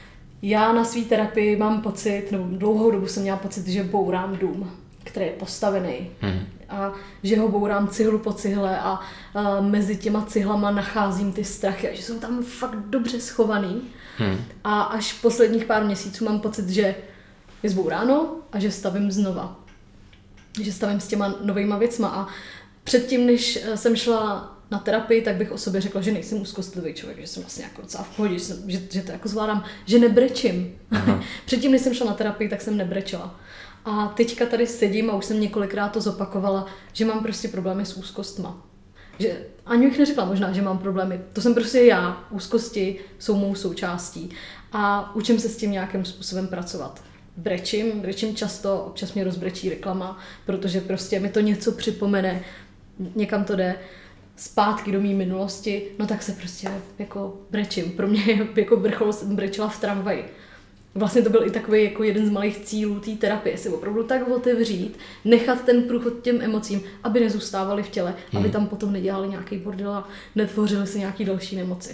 Já na své terapii mám pocit, nebo dlouhou dobu jsem měla pocit, že bourám dům, který je postavený. Hmm. A že ho bourám cihlu po cihle a, a mezi těma cihlama nacházím ty strachy a že jsou tam fakt dobře schovaný. Hmm. A až posledních pár měsíců mám pocit, že je zbouráno a že stavím znova. Že stavím s těma novejma věcma a předtím, než jsem šla na terapii, tak bych o sobě řekla, že nejsem úzkostlivý člověk, že jsem vlastně jako docela v pohodě, že, že, že to jako zvládám, že nebrečím. Předtím, než jsem šla na terapii, tak jsem nebrečela. A teďka tady sedím a už jsem několikrát to zopakovala, že mám prostě problémy s úzkostma. Že ani bych neřekla možná, že mám problémy. To jsem prostě já. Úzkosti jsou mou součástí. A učím se s tím nějakým způsobem pracovat. Brečím, brečím často, občas mě rozbrečí reklama, protože prostě mi to něco připomene, někam to jde zpátky do mý minulosti, no tak se prostě jako brečím. Pro mě je jako vrchol, jsem brečela v tramvaji. Vlastně to byl i takový jako jeden z malých cílů té terapie, si opravdu tak otevřít, nechat ten průchod těm emocím, aby nezůstávali v těle, hmm. aby tam potom nedělali nějaký bordel a netvořili si nějaký další nemoci.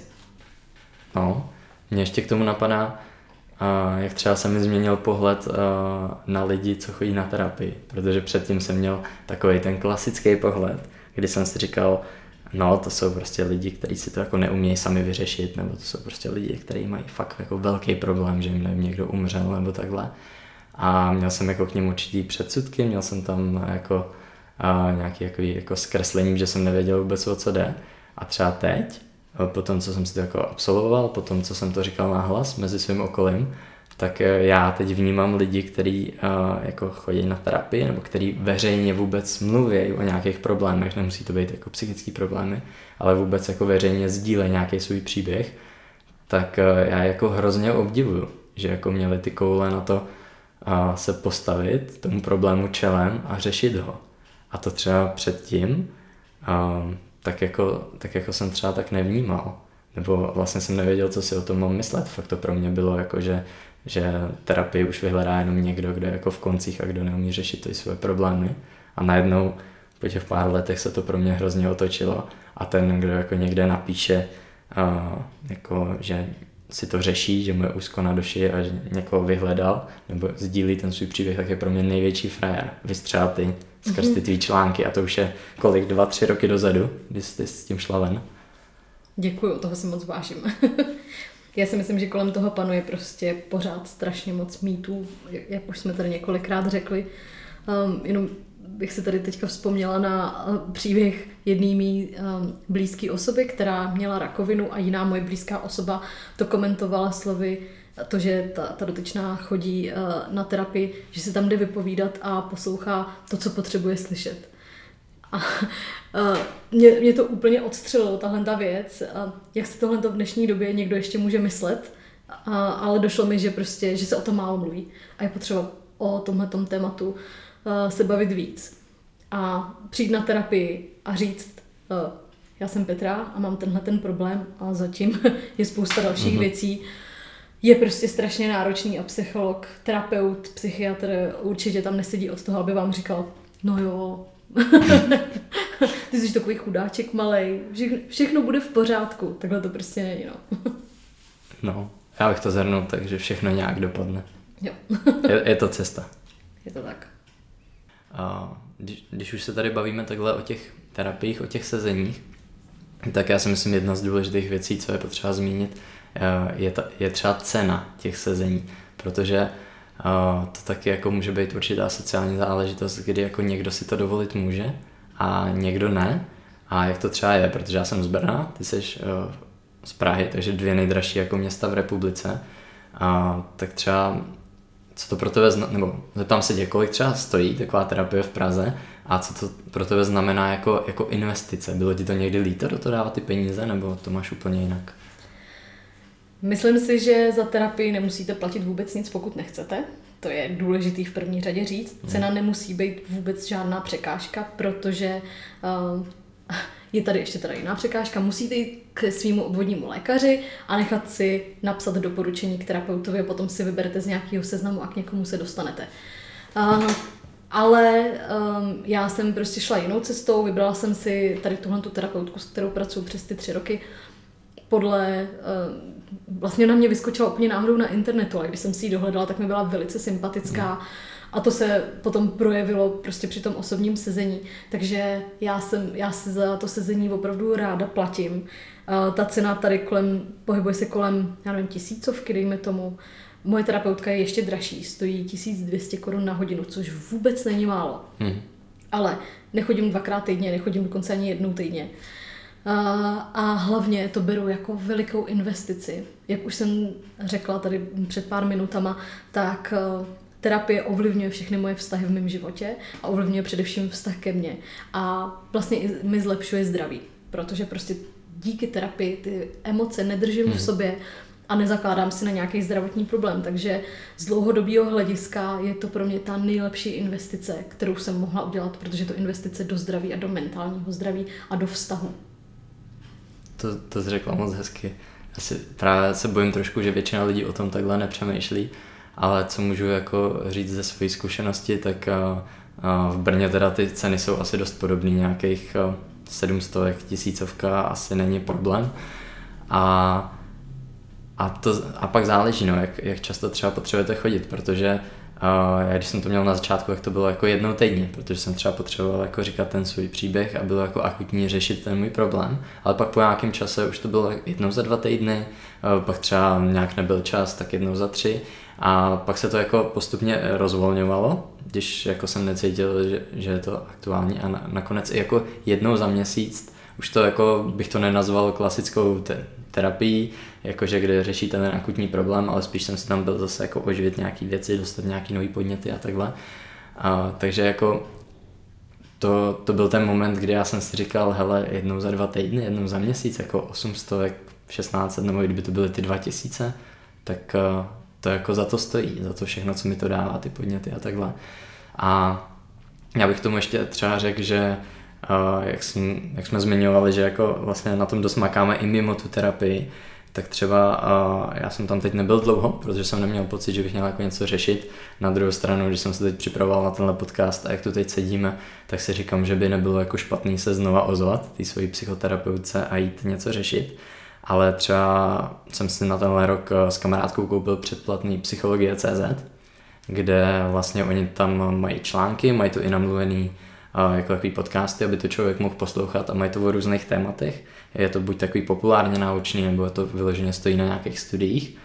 No, mě ještě k tomu napadá, Uh, jak třeba se mi změnil pohled uh, na lidi, co chodí na terapii, protože předtím jsem měl takový ten klasický pohled, kdy jsem si říkal, no to jsou prostě lidi, kteří si to jako neumějí sami vyřešit, nebo to jsou prostě lidi, kteří mají fakt jako velký problém, že jim nevím, někdo umřel nebo takhle. A měl jsem jako k ním určitý předsudky, měl jsem tam jako uh, nějaký jako, jako zkreslení, že jsem nevěděl vůbec, o co jde. A třeba teď, po tom, co jsem si to jako absolvoval, po tom, co jsem to říkal nahlas mezi svým okolím, tak já teď vnímám lidi, kteří uh, jako chodí na terapii, nebo kteří veřejně vůbec mluví o nějakých problémech, nemusí to být jako psychické problémy, ale vůbec jako veřejně sdílejí nějaký svůj příběh, tak uh, já jako hrozně obdivuju, že jako měli ty koule na to uh, se postavit tomu problému čelem a řešit ho. A to třeba předtím uh, tak, jako, tak jako jsem třeba tak nevnímal. Nebo vlastně jsem nevěděl, co si o tom mám myslet. Fakt to pro mě bylo jako, že, že terapii už vyhledá jenom někdo, kdo je jako v koncích a kdo neumí řešit ty své problémy. A najednou po těch pár letech se to pro mě hrozně otočilo a ten, kdo jako někde napíše, uh, jako, že si to řeší, že mu je úzko na duši a že někoho vyhledal nebo sdílí ten svůj příběh, tak je pro mě největší frajer. Vystřela ty skrz ty tvý články a to už je kolik, dva, tři roky dozadu, když jsi s tím šla ven. Děkuju, toho si moc vážím. Já si myslím, že kolem toho panuje prostě pořád strašně moc mýtů, jak už jsme tady několikrát řekli. Um, jenom bych se tady teďka vzpomněla na uh, příběh jedné mý um, blízké osoby, která měla rakovinu a jiná moje blízká osoba to komentovala slovy, to, že ta, ta dotyčná chodí uh, na terapii, že se tam jde vypovídat a poslouchá to, co potřebuje slyšet. A uh, mě, mě to úplně odstřelilo, tahle ta věc, uh, jak se tohle v dnešní době někdo ještě může myslet, uh, ale došlo mi, že prostě, že se o tom málo mluví a je potřeba o tomhletom tématu uh, se bavit víc. A přijít na terapii a říct, uh, já jsem Petra a mám tenhle ten problém a zatím je spousta dalších mm-hmm. věcí, je prostě strašně náročný a psycholog, terapeut, psychiatr určitě tam nesedí od toho, aby vám říkal, no jo, ty jsi takový chudáček malej, všechno, všechno bude v pořádku, takhle to prostě není, no. No, já bych to zhrnul tak, že všechno nějak dopadne. Jo. je, je to cesta. Je to tak. A když, když už se tady bavíme takhle o těch terapiích, o těch sezeních, tak já si myslím, jedna z důležitých věcí, co je potřeba zmínit, je, ta, je třeba cena těch sezení, protože uh, to taky jako může být určitá sociální záležitost, kdy jako někdo si to dovolit může a někdo ne. A jak to třeba je, protože já jsem z Brna, ty jsi uh, z Prahy, takže dvě nejdražší jako města v republice, uh, tak třeba co to pro tebe zna- nebo zeptám se tě, kolik třeba stojí taková terapie v Praze a co to pro tebe znamená jako, jako investice? Bylo ti to někdy líto do toho dávat ty peníze, nebo to máš úplně jinak? Myslím si, že za terapii nemusíte platit vůbec nic, pokud nechcete. To je důležitý v první řadě říct. Cena nemusí být vůbec žádná překážka, protože uh, je tady ještě teda jiná překážka. Musíte jít k svýmu obvodnímu lékaři a nechat si napsat doporučení k terapeutovi a potom si vyberete z nějakého seznamu a k někomu se dostanete. Uh, ale um, já jsem prostě šla jinou cestou, vybrala jsem si tady tuhletu terapeutku, s kterou pracuji přes ty tři roky. Podle, uh, vlastně na mě vyskočila úplně náhodou na internetu, ale když jsem si ji dohledala, tak mi byla velice sympatická. A to se potom projevilo prostě při tom osobním sezení. Takže já, jsem, já si za to sezení opravdu ráda platím. Uh, ta cena tady kolem, pohybuje se kolem, já nevím, tisícovky, dejme tomu. Moje terapeutka je ještě dražší, stojí tisíc dvě stě korun na hodinu, což vůbec není málo. Hmm. Ale nechodím dvakrát týdně, nechodím dokonce ani jednou týdně. Uh, a hlavně to beru jako velikou investici. Jak už jsem řekla tady před pár minutama, tak uh, terapie ovlivňuje všechny moje vztahy v mém životě a ovlivňuje především vztah ke mně. A vlastně i mi zlepšuje zdraví, protože prostě díky terapii ty emoce nedržím hmm. v sobě a nezakládám si na nějaký zdravotní problém. Takže z dlouhodobého hlediska je to pro mě ta nejlepší investice, kterou jsem mohla udělat, protože to investice do zdraví a do mentálního zdraví a do vztahu. To, to jsi řekla moc hezky. Já si právě se bojím trošku, že většina lidí o tom takhle nepřemýšlí, ale co můžu jako říct ze své zkušenosti, tak a, a v Brně teda ty ceny jsou asi dost podobný, nějakých sedm stovek, tisícovka asi není problém. A, a, to, a pak záleží, no, jak, jak často třeba potřebujete chodit, protože a já když jsem to měl na začátku, tak to bylo jako jednou týdně, protože jsem třeba potřeboval jako říkat ten svůj příběh a bylo jako akutní řešit ten můj problém, ale pak po nějakém čase už to bylo jednou za dva týdny, pak třeba nějak nebyl čas, tak jednou za tři a pak se to jako postupně rozvolňovalo, když jako jsem necítil, že, že je to aktuální a na, nakonec i jako jednou za měsíc, už to jako bych to nenazval klasickou te- terapii, jakože kde řešíte ten akutní problém, ale spíš jsem si tam byl zase jako oživit nějaký věci, dostat nějaký nový podněty a takhle. A, takže jako to, to byl ten moment, kdy já jsem si říkal, hele, jednou za dva týdny, jednou za měsíc, jako osm stovek, šestnáct set, nebo kdyby to byly ty dva tisíce, tak uh, to jako za to stojí, za to všechno, co mi to dává, ty podněty a takhle. A já bych tomu ještě třeba řekl, že jak, jsme, jak jsme zmiňovali, že jako vlastně na tom dost makáme i mimo tu terapii, tak třeba já jsem tam teď nebyl dlouho, protože jsem neměl pocit, že bych měl jako něco řešit. Na druhou stranu, když jsem se teď připravoval na tenhle podcast a jak tu teď sedíme, tak si říkám, že by nebylo jako špatný se znova ozvat té svojí psychoterapeutce a jít něco řešit. Ale třeba jsem si na tenhle rok s kamarádkou koupil předplatný Psychologie tečka cé zet, kde vlastně oni tam mají články, mají to i namluvený jako takový podcasty, aby to člověk mohl poslouchat a mají to o různých tématech. Je to buď takový populárně naučný, nebo je to vyloženě stojí na nějakých studiích.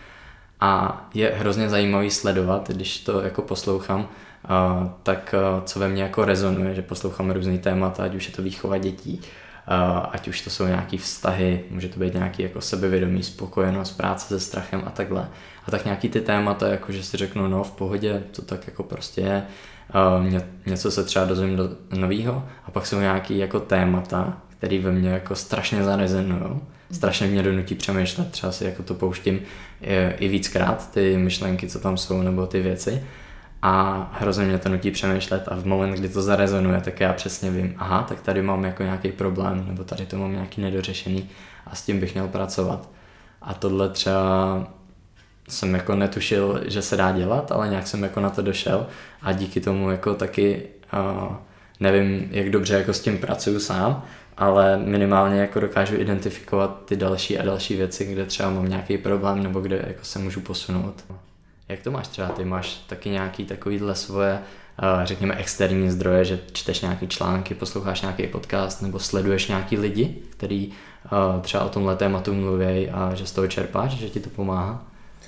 A je hrozně zajímavý sledovat, když to jako poslouchám, tak co ve mně jako rezonuje, že poslouchám různý témata, ať už je to výchova dětí, ať už to jsou nějaký vztahy, může to být nějaký jako sebevědomí, spokojenost, práce se strachem a takhle. A tak nějaký ty témata, jako že si řeknu, no v pohodě, to tak jako prostě je, ně, něco se třeba dozvím do novýho a pak jsou nějaký jako témata, které ve mně jako strašně zarezonujou, strašně mě donutí přemýšlet, třeba si jako to pouštím i, i víckrát, ty myšlenky, co tam jsou, nebo ty věci. A hrozně mě to nutí přemýšlet a v moment, kdy to zarezonuje, tak já přesně vím, aha, tak tady mám jako nějaký problém, nebo tady to mám nějaký nedořešený a s tím bych měl pracovat. A tohle třeba jsem jako netušil, že se dá dělat, ale nějak jsem jako na to došel a díky tomu jako taky uh, nevím, jak dobře jako s tím pracuju sám, ale minimálně jako dokážu identifikovat ty další a další věci, kde třeba mám nějaký problém nebo kde jako se můžu posunout. Jak to máš třeba? Ty máš taky nějaký takovýhle svoje, řekněme, externí zdroje, že čteš nějaký články, posloucháš nějaký podcast nebo sleduješ nějaký lidi, který třeba o tomhle tématu mluví a že z toho čerpáš, že ti to pomáhá?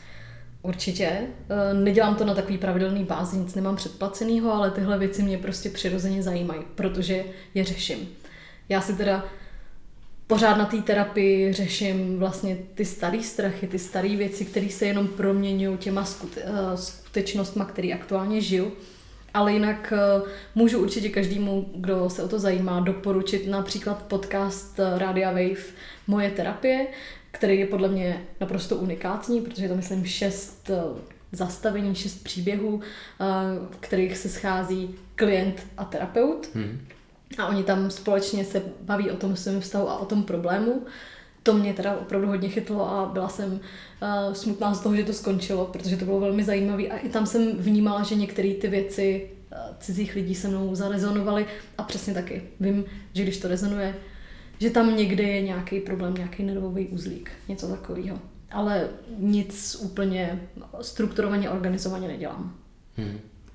Určitě. Nedělám to na takový pravidelný bázi, nic nemám předplacenýho, ale tyhle věci mě prostě přirozeně zajímají, protože je řeším. Já si teda pořád na té terapii řeším vlastně ty staré strachy, ty staré věci, které se jenom proměňují těma skutečnostma, které aktuálně žiju. Ale jinak můžu určitě každému, kdo se o to zajímá, doporučit například podcast Rádia Wave Moje terapie, který je podle mě naprosto unikátní, protože je to, myslím, šest zastavení, šest příběhů, v kterých se schází klient a terapeut. Hmm. A oni tam společně se baví o tom svém vztahu a o tom problému. To mě teda opravdu hodně chytlo a byla jsem uh, smutná z toho, že to skončilo, protože to bylo velmi zajímavé. A i tam jsem vnímala, že některé ty věci uh, cizích lidí se mnou zarezonovaly a přesně taky. Vím, že když to rezonuje, že tam někde je nějaký problém, nějaký nervový uzlík, něco takového. Ale nic úplně strukturovaně, organizovaně nedělám. Hmm.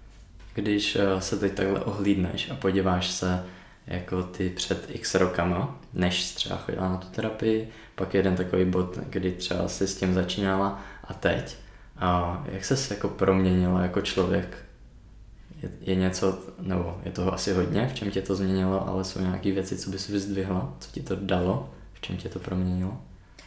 Když se teď takhle ohlídneš a podíváš se jako ty před x rokama, než třeba chodila na tu terapii, pak je jeden takový bod, kdy třeba si s tím začínala a teď. A jak ses jako proměnila jako člověk? Je, je něco, nebo je toho asi hodně, v čem tě to změnilo, ale jsou nějaké věci, co bys vyzdvihla, co ti to dalo, v čem tě to proměnilo?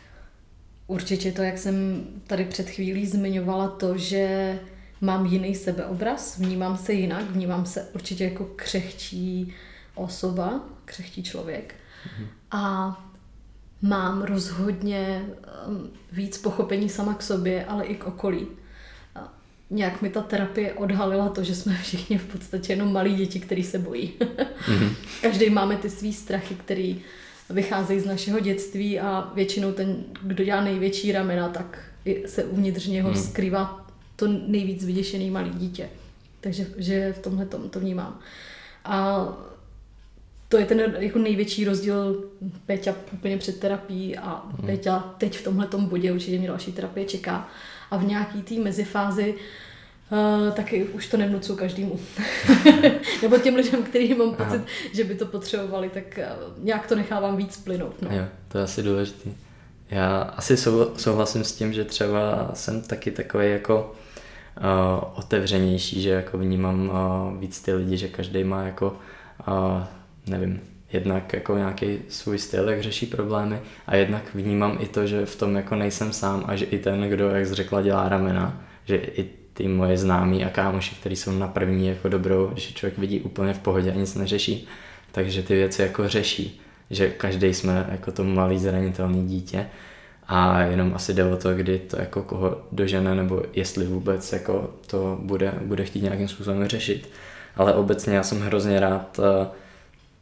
Určitě to, jak jsem tady před chvílí zmiňovala, to, že mám jiný sebeobraz, vnímám se jinak, vnímám se určitě jako křehčí osoba, křehčí člověk. Mhm. A mám rozhodně víc pochopení sama k sobě, ale i k okolí. A nějak mi ta terapie odhalila to, že jsme všichni v podstatě jenom malí děti, který se bojí. Mhm. Každý máme ty svý strachy, který vycházejí z našeho dětství a většinou ten, kdo dělá největší ramena, tak se uvnitř něho mhm. skrývá to nejvíc vyděšený malý dítě. Takže že v tomhle to vnímám. A to je ten jako největší rozdíl Péťa úplně před terapií a hmm. Péťa teď v tomhletom bodě, určitě mě další terapie čeká. A v nějaký té mezifázi uh, taky už to nevnucuju každému. Nebo těm lidem, kterým mám pocit, Aha. že by to potřebovali, tak uh, nějak to nechávám víc plynout. No. Jo, to je asi důležitý. Já asi sou, souhlasím s tím, že třeba jsem taky takový jako uh, otevřenější, že jako vnímám uh, víc ty lidi, že každý má jako uh, nevím, jednak jako nějaký svůj styl, jak řeší problémy a jednak vnímám i to, že v tom jako nejsem sám a že i ten, kdo, jak jsi řekla, dělá ramena, že i ty moje známí a kámoši, kteří jsou na první jako dobrou, že člověk vidí úplně v pohodě a nic neřeší, takže ty věci jako řeší, že každý jsme jako to malý zranitelný dítě a jenom asi jde o to, kdy to jako koho dožene nebo jestli vůbec jako to bude, bude chtít nějakým způsobem řešit, ale obecně já jsem hrozně rád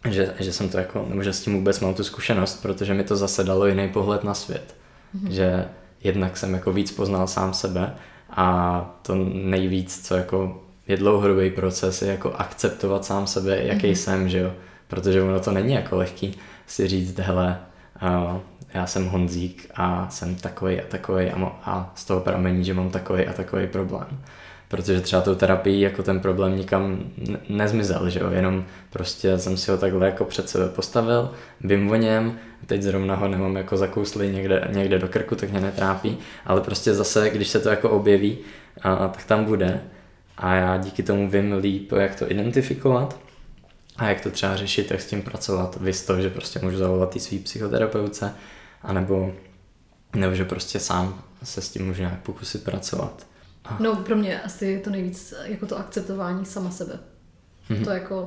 že, že jsem to jako, nebo že s tím vůbec mám tu zkušenost, protože mi to zase dalo jiný pohled na svět. Mm-hmm. Že jednak jsem jako víc poznal sám sebe a to nejvíc, co jako je dlouhodobý proces, je jako akceptovat sám sebe, jaký mm-hmm. jsem, že jo. Protože ono to není jako lehký si říct, hele, uh, já jsem Honzík a jsem takovej a takovej a, mo- a z toho pramení, že mám takovej a takovej problém. Protože třeba tou terapii jako ten problém nikam ne- nezmizel, že jo, jenom prostě jsem si ho takhle jako před sebe postavil, vím o něm, teď zrovna ho nemám jako zakouslý někde, někde do krku, tak mě netrápí, ale prostě zase, když se to jako objeví, a, tak tam bude a já díky tomu vím líp, jak to identifikovat a jak to třeba řešit, jak s tím pracovat, víš to, že prostě můžu zavolat i svý psychoterapeutce, anebo nebo že prostě sám se s tím můžu nějak pokusit pracovat. A... No pro mě asi je to nejvíc jako to akceptování sama sebe. Mm-hmm. To jako,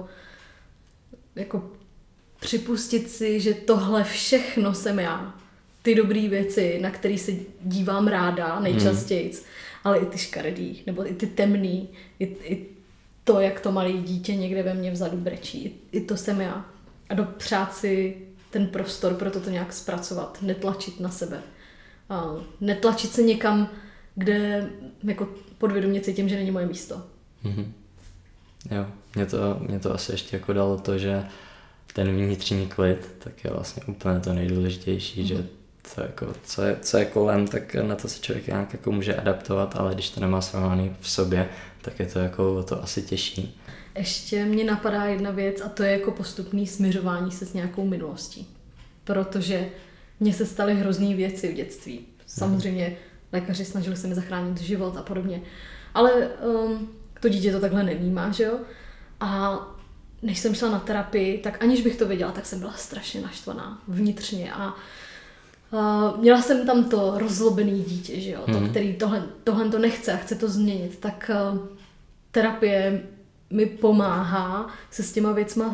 jako připustit si, že tohle všechno jsem já. Ty dobrý věci, na které se dívám ráda nejčastěji, mm. ale i ty škaredý, nebo i ty temný, i, i to, jak to malé dítě někde ve mně vzadu brečí, i, i to jsem já. A dopřát si ten prostor pro toto nějak zpracovat, netlačit na sebe. A netlačit se někam, kde jako podvědomě cítím, že není moje místo. Mm-hmm. Jo, mě to, mě to asi ještě jako dalo to, že ten vnitřní klid, tak je vlastně úplně to nejdůležitější, mm-hmm. že co, jako, co, je, co je kolem, tak na to se člověk nějak jako může adaptovat, ale když to nemá schovaný v sobě, tak je to jako to asi těžší. Ještě mě napadá jedna věc a to je jako postupný smiřování se s nějakou minulostí. Protože mně se staly hrozný věci v dětství. Samozřejmě lékaři snažili se mi zachránit život a podobně. Ale um, to dítě to takhle nevnímá, že jo? A než jsem šla na terapii, tak aniž bych to věděla, tak jsem byla strašně naštvaná vnitřně a uh, měla jsem tam to rozlobený dítě, že jo? Mm. To, který tohle, tohle to nechce a chce to změnit. Tak uh, terapie mi pomáhá se s těma věcma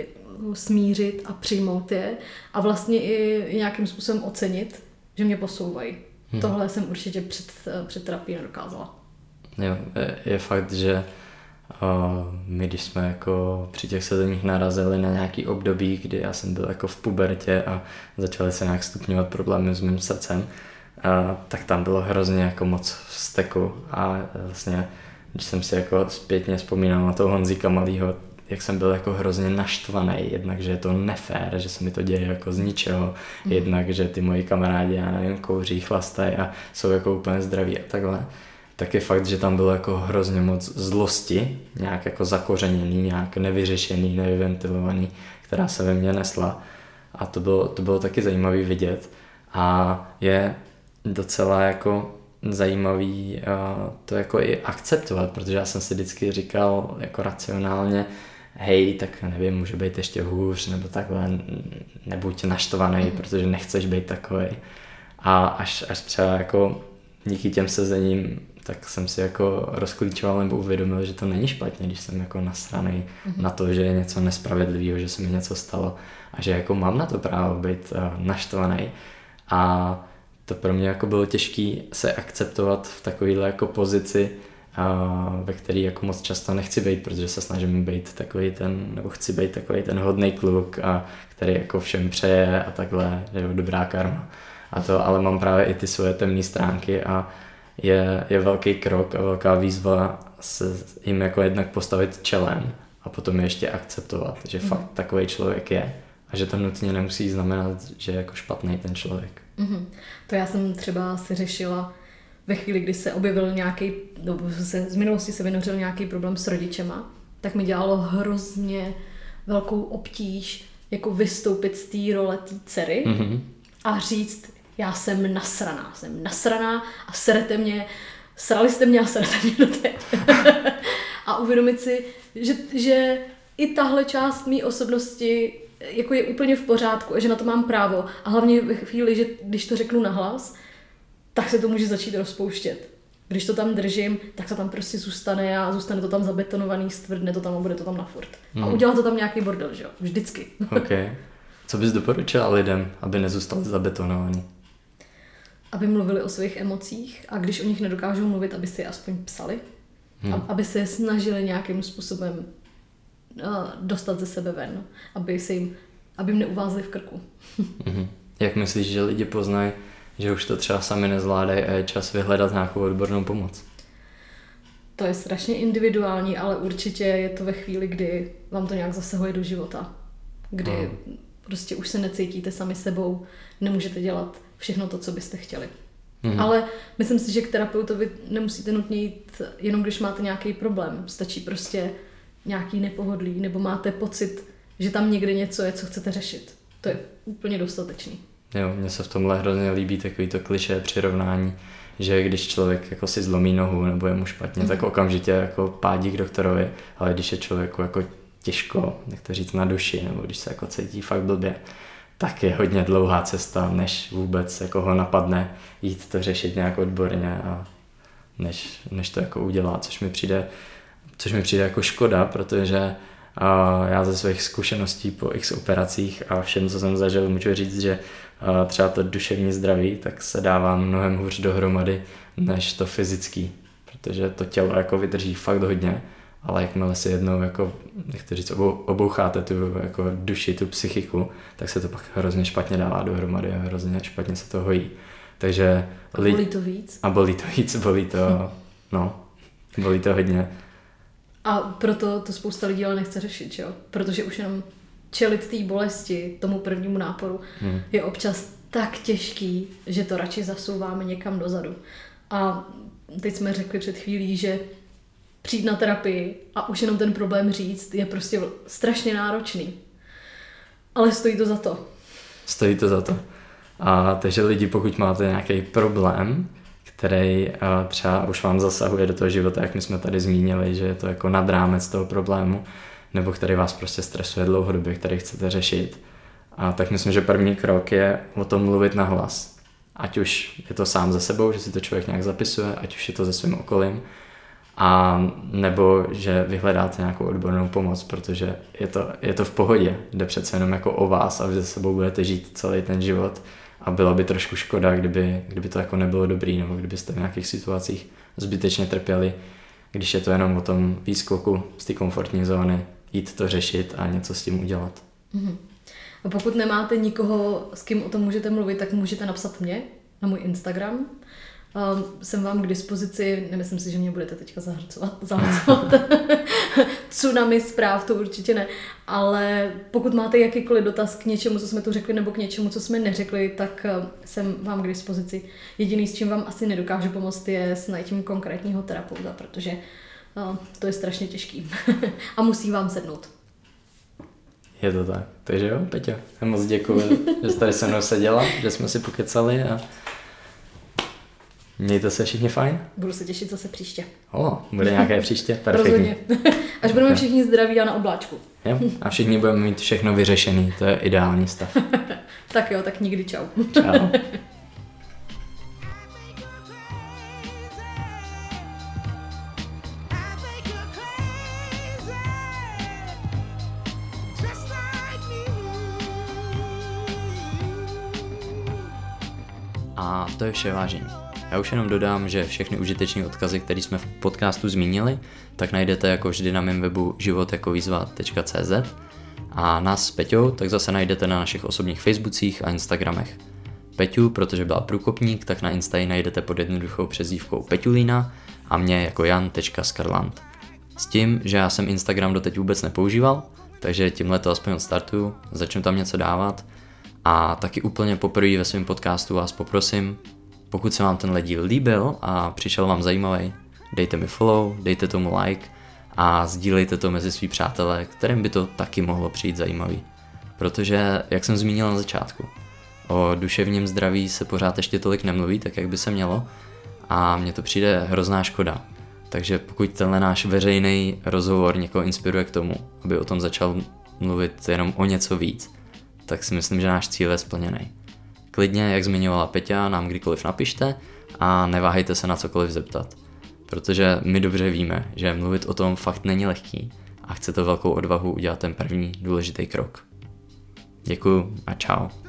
smířit a přijmout je a vlastně i nějakým způsobem ocenit, že mě posouvají. Hmm. Tohle jsem určitě před, před terapií nedokázala. Jo, je, je fakt, že uh, my když jsme jako při těch sezeních narazili na nějaký období, kdy já jsem byl jako v pubertě a začaly se nějak stupňovat problémy s mým srdcem, uh, tak tam bylo hrozně jako moc vzteku a vlastně když jsem si jako zpětně vzpomínal na toho Honzíka malýho, jak jsem byl jako hrozně naštvaný, jednak, že je to nefér, že se mi to děje jako z ničeho, mm. jednak, že ty moji kamarádi, já nevím, kouří, chlastají a jsou jako úplně zdraví a takhle, tak je fakt, že tam bylo jako hrozně moc zlosti, nějak jako zakořeněný, nějak nevyřešený, nevyventilovaný, která se ve mně nesla a to bylo, to bylo taky zajímavý vidět a je docela jako zajímavý uh, to jako i akceptovat, protože já jsem si vždycky říkal jako racionálně, hej, tak nevím, může být ještě hůř, nebo takhle, nebuď naštvaný, mm. protože nechceš být takovej. A až, až třeba jako díky těm sezením, tak jsem si jako rozklíčoval nebo uvědomil, že to není špatně, když jsem jako nasranej mm. na to, že je něco nespravedlivého, že se mi něco stalo a že jako mám na to právo být uh, naštvaný. A to pro mě jako bylo těžké se akceptovat v takovéhle jako pozici, a ve který jako moc často nechci být, protože se snažím být takový ten, nebo chci být takový ten hodnej kluk, a který jako všem přeje a takhle, že jo, dobrá karma. A to, ale mám právě i ty svoje temné stránky a je, je velký krok a velká výzva se jim jako jednak postavit čelem a potom je ještě akceptovat, že mm. fakt takový člověk je a že to nutně nemusí znamenat, že je jako špatný ten člověk. Mm-hmm. To já jsem třeba si řešila ve chvíli, kdy se objevil nějaký, no, se, z minulosti se vynořil nějaký problém s rodičema, tak mi dělalo hrozně velkou obtíž jako vystoupit z té role té dcery mm-hmm. a říct, já jsem nasraná, jsem nasraná a serete mě, srali jste mě a serete mě doteď. A uvědomit si, že, že i tahle část mý osobnosti jako je úplně v pořádku a že na to mám právo. A hlavně ve chvíli, že když to řeknu nahlas, tak se to může začít rozpouštět. Když to tam držím, tak to tam prostě zůstane a zůstane to tam zabetonovaný, stvrdne to tam a bude to tam na furt. Hmm. A udělá to tam nějaký bordel, že jo? Vždycky. OK. Co bys doporučila lidem, aby nezůstali zabetonovaní? Aby mluvili o svých emocích a když o nich nedokážou mluvit, aby si je aspoň psali. Hmm. Aby se je snažili nějakým způsobem dostat ze sebe ven, aby se jim, aby jim neuvázli v krku. Mm-hmm. Jak myslíš, že lidi poznají, že už to třeba sami nezvládají a je čas vyhledat nějakou odbornou pomoc? To je strašně individuální, ale určitě je to ve chvíli, kdy vám to nějak zasahuje do života. Kdy mm. prostě už se necítíte sami sebou, nemůžete dělat všechno to, co byste chtěli. Mm. Ale myslím si, že k terapeutovi nemusíte nutně jít jenom když máte nějaký problém. Stačí prostě nějaký nepohodlí, nebo máte pocit, že tam někde něco je, co chcete řešit. To je úplně dostatečný. Jo, mně se v tomhle hrozně líbí takový to klišé přirovnání, že když člověk jako si zlomí nohu nebo je mu špatně, mm. tak okamžitě jako pádí k doktorovi, ale když je člověku jako těžko, jak to říct, na duši, nebo když se jako cítí fakt blbě, tak je hodně dlouhá cesta, než vůbec jako ho napadne jít to řešit nějak odborně a než, než to jako udělá, což mi přijde, což mi přijde jako škoda, protože a já ze svých zkušeností po x operacích a všem, co jsem zažil, můžu říct, že třeba to duševní zdraví tak se dává mnohem hůř dohromady než to fyzický, protože to tělo jako vydrží fakt hodně, ale jakmile si jednou jako, jak to říct, obou, oboucháte tu jako duši, tu psychiku, tak se to pak hrozně špatně dává dohromady a hrozně špatně se to hojí. Takže a bolí li... to víc? A bolí to víc, bolí to, hm. no, bolí to hodně. A proto to spousta lidí ale nechce řešit, jo? Protože už jenom čelit té bolesti, tomu prvnímu náporu, hmm. je občas tak těžký, že to radši zasouváme někam dozadu. A teď jsme řekli před chvílí, že přijít na terapii a už jenom ten problém říct je prostě strašně náročný. Ale stojí to za to. Stojí to za to. A takže lidi, pokud máte nějaký problém, který uh, třeba už vám zasahuje do toho života, jak my jsme tady zmínili, že je to jako nad rámec toho problému, nebo který vás prostě stresuje dlouhodobě, který chcete řešit. A tak myslím, že první krok je o tom mluvit nahlas. Ať už je to sám ze sebou, že si to člověk nějak zapisuje, ať už je to se svým okolím, a nebo že vyhledáte nějakou odbornou pomoc, protože je to, je to v pohodě, jde přece jenom jako o vás a vy ze sebou budete žít celý ten život. A bylo by trošku škoda, kdyby, kdyby to jako nebylo dobrý, nebo kdybyste v nějakých situacích zbytečně trpěli, když je to jenom o tom výskoku z té komfortní zóny, jít to řešit a něco s tím udělat. Mm-hmm. A pokud nemáte nikoho, s kým o tom můžete mluvit, tak můžete napsat mě na můj Instagram. Um, jsem vám k dispozici, nemyslím si, že mě budete teďka zahrcovat, zahrcovat. Tsunami zpráv, to určitě ne, ale pokud máte jakýkoliv dotaz k něčemu, co jsme tu řekli, nebo k něčemu, co jsme neřekli, tak uh, jsem vám k dispozici. Jediný, s čím vám asi nedokážu pomoct, je s najítím konkrétního terapeuta, protože uh, to je strašně těžký a musí vám sednout. Je to tak, takže jo, Peťo, moc děkuji, že jste tady se mnou seděla, že jsme si pokecali a mějte se všichni fajn. Budu se těšit zase příště. O, bude nějaké příště? Perfektní. Až budeme všichni zdraví a na obláčku. Jo, a všichni budeme mít všechno vyřešený, to je ideální stav. Tak jo, tak nikdy čau. Čau. A to je vše, vážení. Já už jenom dodám, že všechny užitečné odkazy, které jsme v podcastu zmínili, tak najdete jako vždy na mém webu život jako výzva tečka cé zet a nás s Peťou tak zase najdete na našich osobních Facebookích a Instagramech. Peťu, protože byla průkopník, tak na Instaji najdete pod jednoduchou přezdívkou Peťulína a mě jako jan tečka skarland. S tím, že já jsem Instagram doteď vůbec nepoužíval, takže tímhle to aspoň odstartuju, začnu tam něco dávat a taky úplně poprvé ve svém podcastu vás poprosím, pokud se vám tenhle díl líbil a přišel vám zajímavý, dejte mi follow, dejte tomu like a sdílejte to mezi svý přátelé, kterým by to taky mohlo přijít zajímavý. Protože, jak jsem zmínil na začátku, o duševním zdraví se pořád ještě tolik nemluví, tak jak by se mělo a mně to přijde hrozná škoda. Takže pokud tenhle náš veřejný rozhovor někoho inspiruje k tomu, aby o tom začal mluvit jenom o něco víc, tak si myslím, že náš cíl je splněný. Klidně, jak zmiňovala Peťa, nám kdykoliv napište a neváhejte se na cokoliv zeptat. Protože my dobře víme, že mluvit o tom fakt není lehký a chce to velkou odvahu udělat ten první důležitý krok. Děkuju a čau.